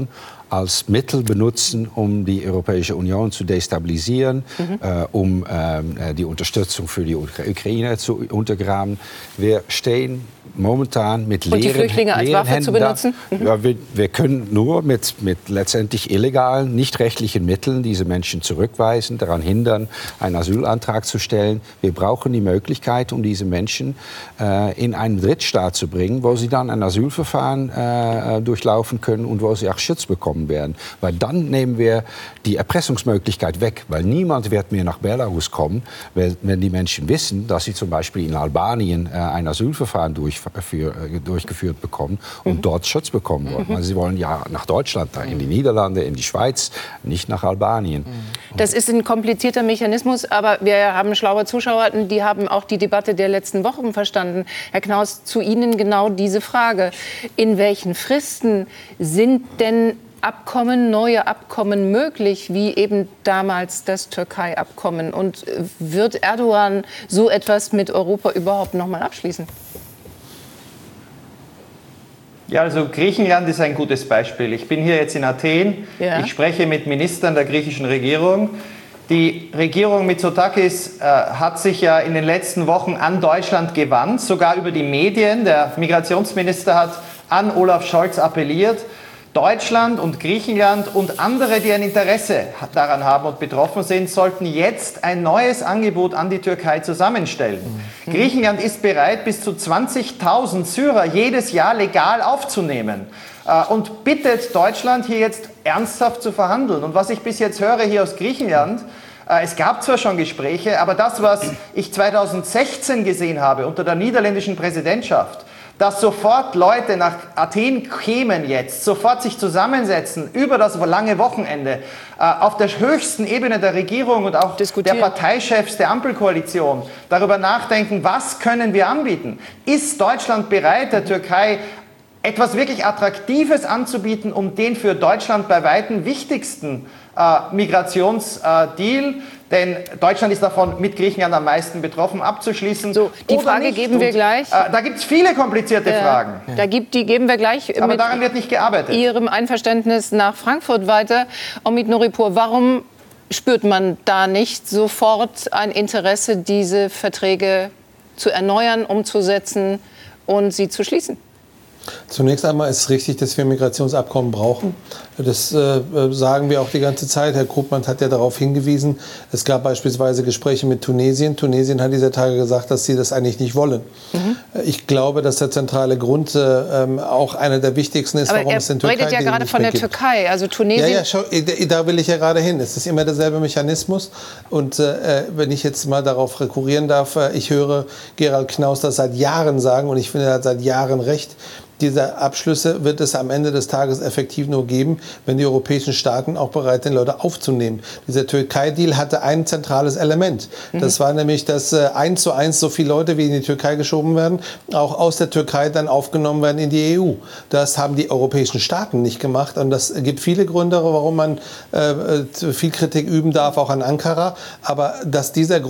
Speaker 8: als Mittel benutzen, um die Europäische Union zu destabilisieren, um die Unterstützung für die Ukraine zu untergraben. Wir stehen momentan mit leeren Händen. Und die Flüchtlinge als Waffe zu benutzen? Ja, wir können nur mit letztendlich illegalen, nicht rechtlichen Mitteln diese Menschen zurückweisen, daran hindern, einen Asylantrag zu stellen. Wir brauchen die Möglichkeit, um diese Menschen in einen Drittstaat zu bringen, wo sie dann ein Asylverfahren durchlaufen können und wo sie auch Schutz bekommen werden. Weil dann nehmen wir die Erpressungsmöglichkeit weg, weil niemand wird mehr nach Belarus kommen, wenn die Menschen wissen, dass sie zum Beispiel in Albanien ein Asylverfahren durchgeführt bekommen und dort Schutz bekommen wollen. Also sie wollen ja nach Deutschland, in die Niederlande, in die Schweiz, nicht nach Albanien.
Speaker 1: Das ist ein komplizierter Mechanismus, aber wir haben schlaue Zuschauer, die haben auch die Debatte der letzten Wochen verstanden. Herr Knaus, zu Ihnen genau diese Frage. In welchen Fristen sind denn neue Abkommen möglich, wie eben damals das Türkei-Abkommen? Und wird Erdogan so etwas mit Europa überhaupt noch mal abschließen?
Speaker 9: Ja, also Griechenland ist ein gutes Beispiel. Ich bin hier jetzt in Athen. Ja. Ich spreche mit Ministern der griechischen Regierung. Die Regierung Mitsotakis hat sich ja in den letzten Wochen an Deutschland gewandt, sogar über die Medien. Der Migrationsminister hat an Olaf Scholz appelliert. Deutschland und Griechenland und andere, die ein Interesse daran haben und betroffen sind, sollten jetzt ein neues Angebot an die Türkei zusammenstellen. Griechenland ist bereit, bis zu 20.000 Syrer jedes Jahr legal aufzunehmen und bittet Deutschland, hier jetzt ernsthaft zu verhandeln. Und was ich bis jetzt höre hier aus Griechenland, es gab zwar schon Gespräche, aber das, was ich 2016 gesehen habe unter der niederländischen Präsidentschaft, dass sofort Leute nach Athen kämen jetzt, sofort sich zusammensetzen über das lange Wochenende, auf der höchsten Ebene der Regierung und auch der Parteichefs der Ampelkoalition darüber nachdenken, was können wir anbieten? Ist Deutschland bereit, der Türkei etwas wirklich Attraktives anzubieten, um den für Deutschland bei weitem wichtigsten Migrationsdeal, denn Deutschland ist davon mit Griechenland am meisten betroffen, abzuschließen.
Speaker 1: So, die Frage geben wir gleich.
Speaker 9: Da gibt es viele komplizierte Fragen.
Speaker 1: Die geben wir gleich
Speaker 9: aber daran wird nicht gearbeitet.
Speaker 1: Ihrem Einverständnis nach Frankfurt weiter. Omid Nuripur, warum spürt man da nicht sofort ein Interesse, diese Verträge zu erneuern, umzusetzen und sie zu schließen?
Speaker 5: Zunächst einmal ist es richtig, dass wir Migrationsabkommen brauchen. Das sagen wir auch die ganze Zeit. Herr Krugmann hat ja darauf hingewiesen. Es gab beispielsweise Gespräche mit Tunesien. Tunesien hat dieser Tage gesagt, dass sie das eigentlich nicht wollen. Ich glaube, dass der zentrale Grund auch einer der wichtigsten ist, warum es den Türkei
Speaker 1: redet ja gerade von der Türkei, also Tunesien.
Speaker 5: Ja, schau, da will ich ja gerade hin. Es ist immer derselbe Mechanismus. Und wenn ich jetzt mal darauf rekurrieren darf, ich höre Gerald Knaus das seit Jahren sagen und ich finde, er hat seit Jahren recht. Diese Abschlüsse wird es am Ende des Tages effektiv nur geben, wenn die europäischen Staaten auch bereit sind, Leute aufzunehmen. Dieser Türkei-Deal hatte ein zentrales Element. Das war nämlich, dass 1:1 so viele Leute, wie in die Türkei geschoben werden, auch aus der Türkei dann aufgenommen werden in die EU. Das haben die europäischen Staaten nicht gemacht. Und das gibt viele Gründe, warum man viel Kritik üben darf, auch an Ankara. Aber dass dieser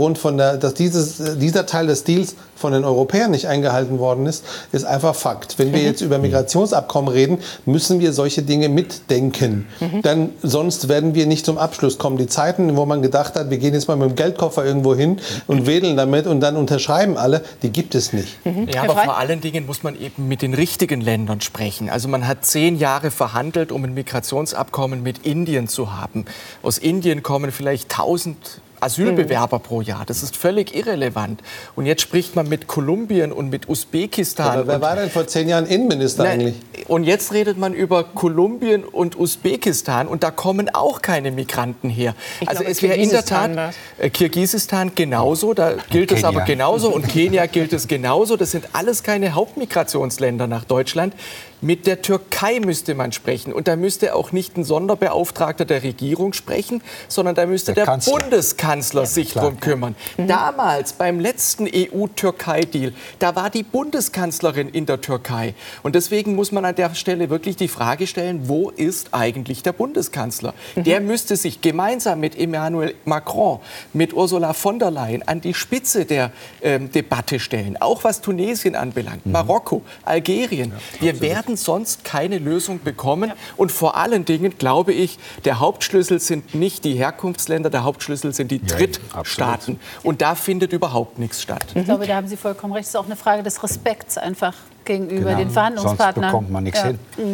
Speaker 5: Teil des Deals von den Europäern nicht eingehalten worden ist, ist einfach Fakt. Wenn wir jetzt über Migrationsabkommen reden, müssen wir solche Dinge mitdenken. Dann, sonst werden wir nicht zum Abschluss kommen. Die Zeiten, wo man gedacht hat, wir gehen jetzt mal mit dem Geldkoffer irgendwo hin und wedeln damit und dann unterschreiben alle, die gibt es nicht.
Speaker 4: Ja, aber vor allen Dingen muss man eben mit den richtigen Ländern sprechen. Also man hat 10 Jahre verhandelt, um ein Migrationsabkommen mit Indien zu haben. Aus Indien kommen vielleicht 1000 Asylbewerber pro Jahr. Das ist völlig irrelevant. Und jetzt spricht man mit Kolumbien und mit Usbekistan.
Speaker 5: Aber wer war denn vor 10 Jahren Innenminister eigentlich?
Speaker 4: Und jetzt redet man über Kolumbien und Usbekistan und da kommen auch keine Migranten her. Also es wäre in der Tat Kirgisistan genauso, da gilt es aber genauso und Kenia gilt es genauso. Das sind alles keine Hauptmigrationsländer nach Deutschland. Mit der Türkei müsste man sprechen. Und da müsste auch nicht ein Sonderbeauftragter der Regierung sprechen, sondern da müsste der Bundeskanzler Bundeskanzler sich drum kümmern. Damals beim letzten EU-Türkei-Deal, da war die Bundeskanzlerin in der Türkei. Und deswegen muss man an der Stelle wirklich die Frage stellen, wo ist eigentlich der Bundeskanzler? Der müsste sich gemeinsam mit Emmanuel Macron, mit Ursula von der Leyen an die Spitze der Debatte stellen. Auch was Tunesien anbelangt, Marokko, Algerien. Wir werden sonst keine Lösung bekommen. Und vor allen Dingen, glaube ich, der Hauptschlüssel sind nicht die Herkunftsländer, der Hauptschlüssel sind die Drittstaaten. Und da findet überhaupt nichts statt.
Speaker 6: Ich glaube, da haben Sie vollkommen recht. Es ist auch eine Frage des Respekts einfach gegenüber den Verhandlungspartnern.
Speaker 8: Sonst bekommt man nichts hin.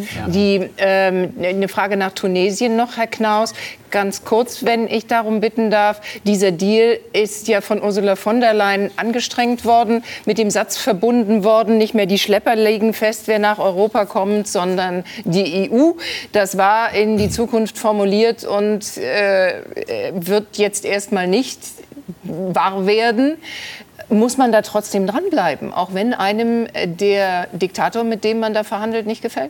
Speaker 1: Eine Frage nach Tunesien noch, Herr Knaus. Ganz kurz, wenn ich darum bitten darf. Dieser Deal ist ja von Ursula von der Leyen angestrengt worden, mit dem Satz verbunden worden, nicht mehr die Schlepper legen fest, wer nach Europa kommt, sondern die EU. Das war in die Zukunft formuliert und wird jetzt erstmal nicht wahr werden. Muss man da trotzdem dranbleiben, auch wenn einem der Diktator, mit dem man da verhandelt, nicht gefällt?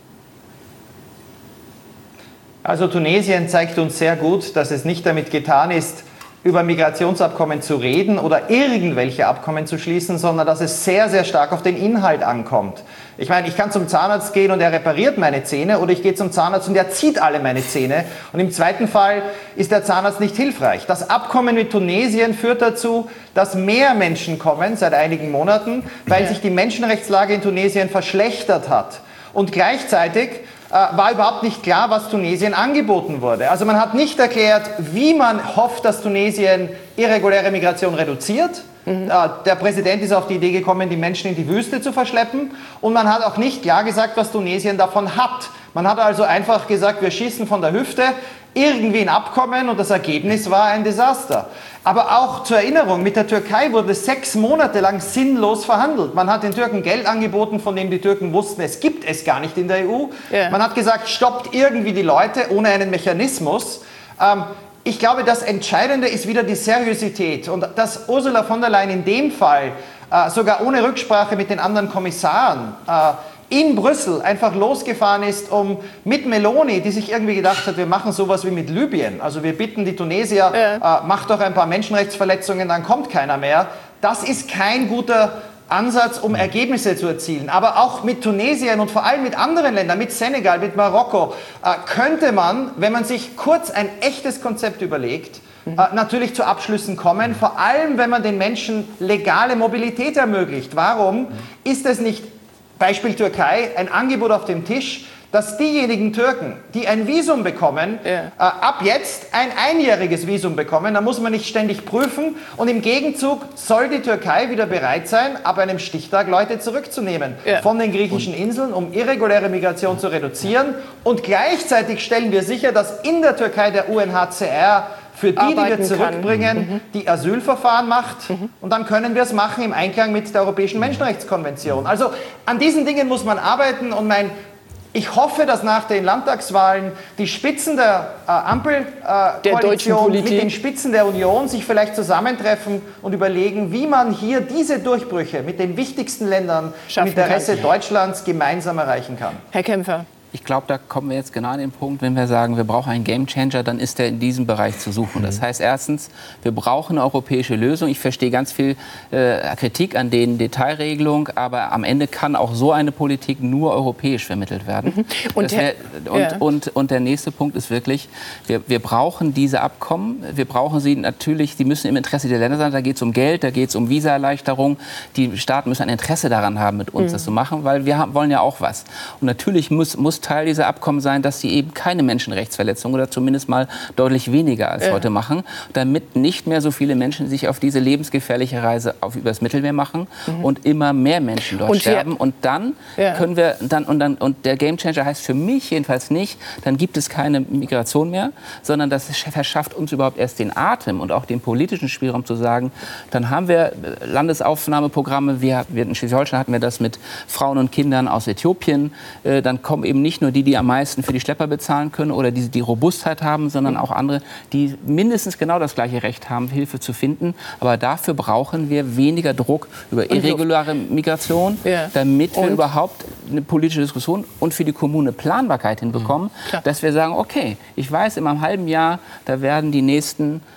Speaker 9: Also Tunesien zeigt uns sehr gut, dass es nicht damit getan ist, über Migrationsabkommen zu reden oder irgendwelche Abkommen zu schließen, sondern dass es sehr, sehr stark auf den Inhalt ankommt. Ich meine, ich kann zum Zahnarzt gehen und er repariert meine Zähne oder ich gehe zum Zahnarzt und er zieht alle meine Zähne. Und im zweiten Fall ist der Zahnarzt nicht hilfreich. Das Abkommen mit Tunesien führt dazu, dass mehr Menschen kommen seit einigen Monaten, weil sich die Menschenrechtslage in Tunesien verschlechtert hat. Und gleichzeitig war überhaupt nicht klar, was Tunesien angeboten wurde. Also man hat nicht erklärt, wie man hofft, dass Tunesien irreguläre Migration reduziert. Der Präsident ist auf die Idee gekommen, die Menschen in die Wüste zu verschleppen. Und man hat auch nicht klar gesagt, was Tunesien davon hat. Man hat also einfach gesagt, wir schießen von der Hüfte, irgendwie ein Abkommen und das Ergebnis war ein Desaster. Aber auch zur Erinnerung, mit der Türkei wurde 6 Monate lang sinnlos verhandelt. Man hat den Türken Geld angeboten, von dem die Türken wussten, es gibt es gar nicht in der EU. Ja. Man hat gesagt, stoppt irgendwie die Leute ohne einen Mechanismus. Ich glaube, das Entscheidende ist wieder die Seriosität. Und dass Ursula von der Leyen in dem Fall sogar ohne Rücksprache mit den anderen Kommissaren in Brüssel einfach losgefahren ist, um mit Meloni, die sich irgendwie gedacht hat, wir machen sowas wie mit Libyen. Also wir bitten die Tunesier, macht doch ein paar Menschenrechtsverletzungen, dann kommt keiner mehr. Das ist kein guter Ansatz, um Ergebnisse zu erzielen. Aber auch mit Tunesien und vor allem mit anderen Ländern, mit Senegal, mit Marokko, könnte man, wenn man sich kurz ein echtes Konzept überlegt, natürlich zu Abschlüssen kommen, vor allem wenn man den Menschen legale Mobilität ermöglicht. Warum ist es nicht, Beispiel Türkei, ein Angebot auf dem Tisch, dass diejenigen Türken, die ein Visum bekommen, ab jetzt ein einjähriges Visum bekommen. Da muss man nicht ständig prüfen. Und im Gegenzug soll die Türkei wieder bereit sein, ab einem Stichtag Leute zurückzunehmen von den griechischen Inseln, um irreguläre Migration zu reduzieren. Und gleichzeitig stellen wir sicher, dass in der Türkei der UNHCR für die wir zurückbringen, die Asylverfahren macht. Und dann können wir es machen im Einklang mit der Europäischen Menschenrechtskonvention. Also an diesen Dingen muss man arbeiten. Und ich hoffe, dass nach den Landtagswahlen die Spitzen der Ampelkoalition mit den Spitzen der Union sich vielleicht zusammentreffen und überlegen, wie man hier diese Durchbrüche mit den wichtigsten Ländern im Interesse Deutschlands gemeinsam erreichen kann.
Speaker 1: Herr Kämpfer.
Speaker 7: Ich glaube, da kommen wir jetzt genau an den Punkt, wenn wir sagen, wir brauchen einen Gamechanger, dann ist der in diesem Bereich zu suchen. Das heißt erstens, wir brauchen eine europäische Lösung. Ich verstehe ganz viel Kritik an den Detailregelungen, aber am Ende kann auch so eine Politik nur europäisch vermittelt werden. Und der nächste Punkt ist wirklich, wir brauchen diese Abkommen. Wir brauchen sie natürlich, die müssen im Interesse der Länder sein. Da geht es um Geld, da geht es um Visaerleichterung. Die Staaten müssen ein Interesse daran haben, mit uns das zu machen, weil wir wollen ja auch was. Und natürlich muss Teil dieser Abkommen sein, dass sie eben keine Menschenrechtsverletzungen oder zumindest mal deutlich weniger als heute machen, damit nicht mehr so viele Menschen sich auf diese lebensgefährliche Reise übers Mittelmeer machen und immer mehr Menschen dort sterben. Und dann können wir, und der Gamechanger heißt für mich jedenfalls nicht, dann gibt es keine Migration mehr, sondern das verschafft uns überhaupt erst den Atem und auch den politischen Spielraum zu sagen, dann haben wir Landesaufnahmeprogramme, in Schleswig-Holstein hatten wir das mit Frauen und Kindern aus Äthiopien, dann kommen eben nicht nur die am meisten für die Schlepper bezahlen können oder die Robustheit haben, sondern auch andere, die mindestens genau das gleiche Recht haben, Hilfe zu finden. Aber dafür brauchen wir weniger Druck über irreguläre Migration, damit wir überhaupt eine politische Diskussion und für die Kommune Planbarkeit hinbekommen, dass wir sagen, okay, ich weiß, in einem halben Jahr, da werden die nächsten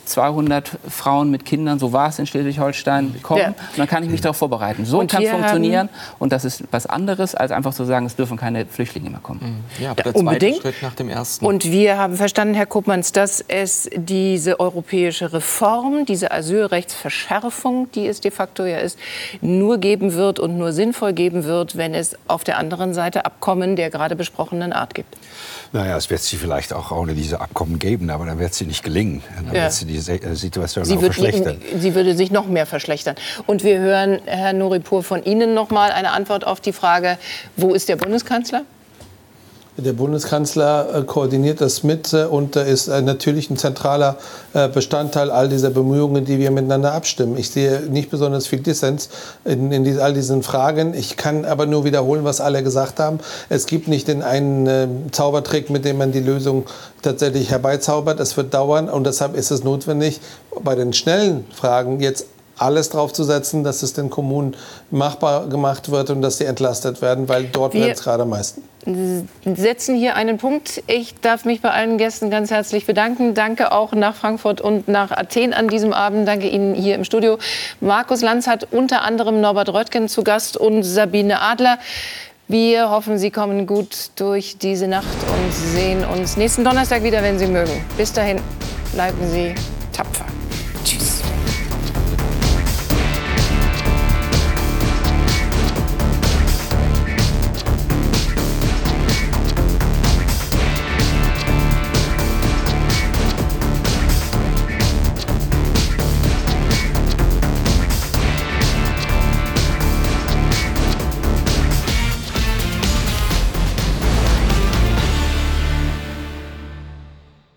Speaker 7: 200 Frauen mit Kindern, so war es in Schleswig-Holstein, kommen. Ja. Und dann kann ich mich darauf vorbereiten. So kann es funktionieren. Und das ist was anderes, als einfach zu sagen, es dürfen keine Flüchtlinge mehr kommen.
Speaker 4: Ja, aber der zweite Schritt nach dem ersten.
Speaker 1: Und wir haben verstanden, Herr Koopmans, dass es diese europäische Reform, diese Asylrechtsverschärfung, die es de facto ja ist, nur geben wird und nur sinnvoll geben wird, wenn es auf der anderen Seite Abkommen der gerade besprochenen Art gibt.
Speaker 8: Naja, es wird sie vielleicht auch ohne diese Abkommen geben, aber dann wird sie nicht gelingen. Dann wird sie die Situation auch verschlechtern.
Speaker 1: Sie würde sich noch mehr verschlechtern. Und wir hören, Herr Nuripur, von Ihnen noch mal eine Antwort auf die Frage, wo ist der Bundeskanzler?
Speaker 5: Der Bundeskanzler koordiniert das mit und ist natürlich ein zentraler Bestandteil all dieser Bemühungen, die wir miteinander abstimmen. Ich sehe nicht besonders viel Dissens in all diesen Fragen. Ich kann aber nur wiederholen, was alle gesagt haben. Es gibt nicht den einen Zaubertrick, mit dem man die Lösung tatsächlich herbeizaubert. Es wird dauern und deshalb ist es notwendig, bei den schnellen Fragen jetzt alles drauf zu setzen, dass es den Kommunen machbar gemacht wird und dass sie entlastet werden, weil dort wird es gerade am meisten.
Speaker 1: Wir setzen hier einen Punkt. Ich darf mich bei allen Gästen ganz herzlich bedanken. Danke auch nach Frankfurt und nach Athen an diesem Abend. Danke Ihnen hier im Studio. Markus Lanz hat unter anderem Norbert Röttgen zu Gast und Sabine Adler. Wir hoffen, Sie kommen gut durch diese Nacht und sehen uns nächsten Donnerstag wieder, wenn Sie mögen. Bis dahin, bleiben Sie tapfer.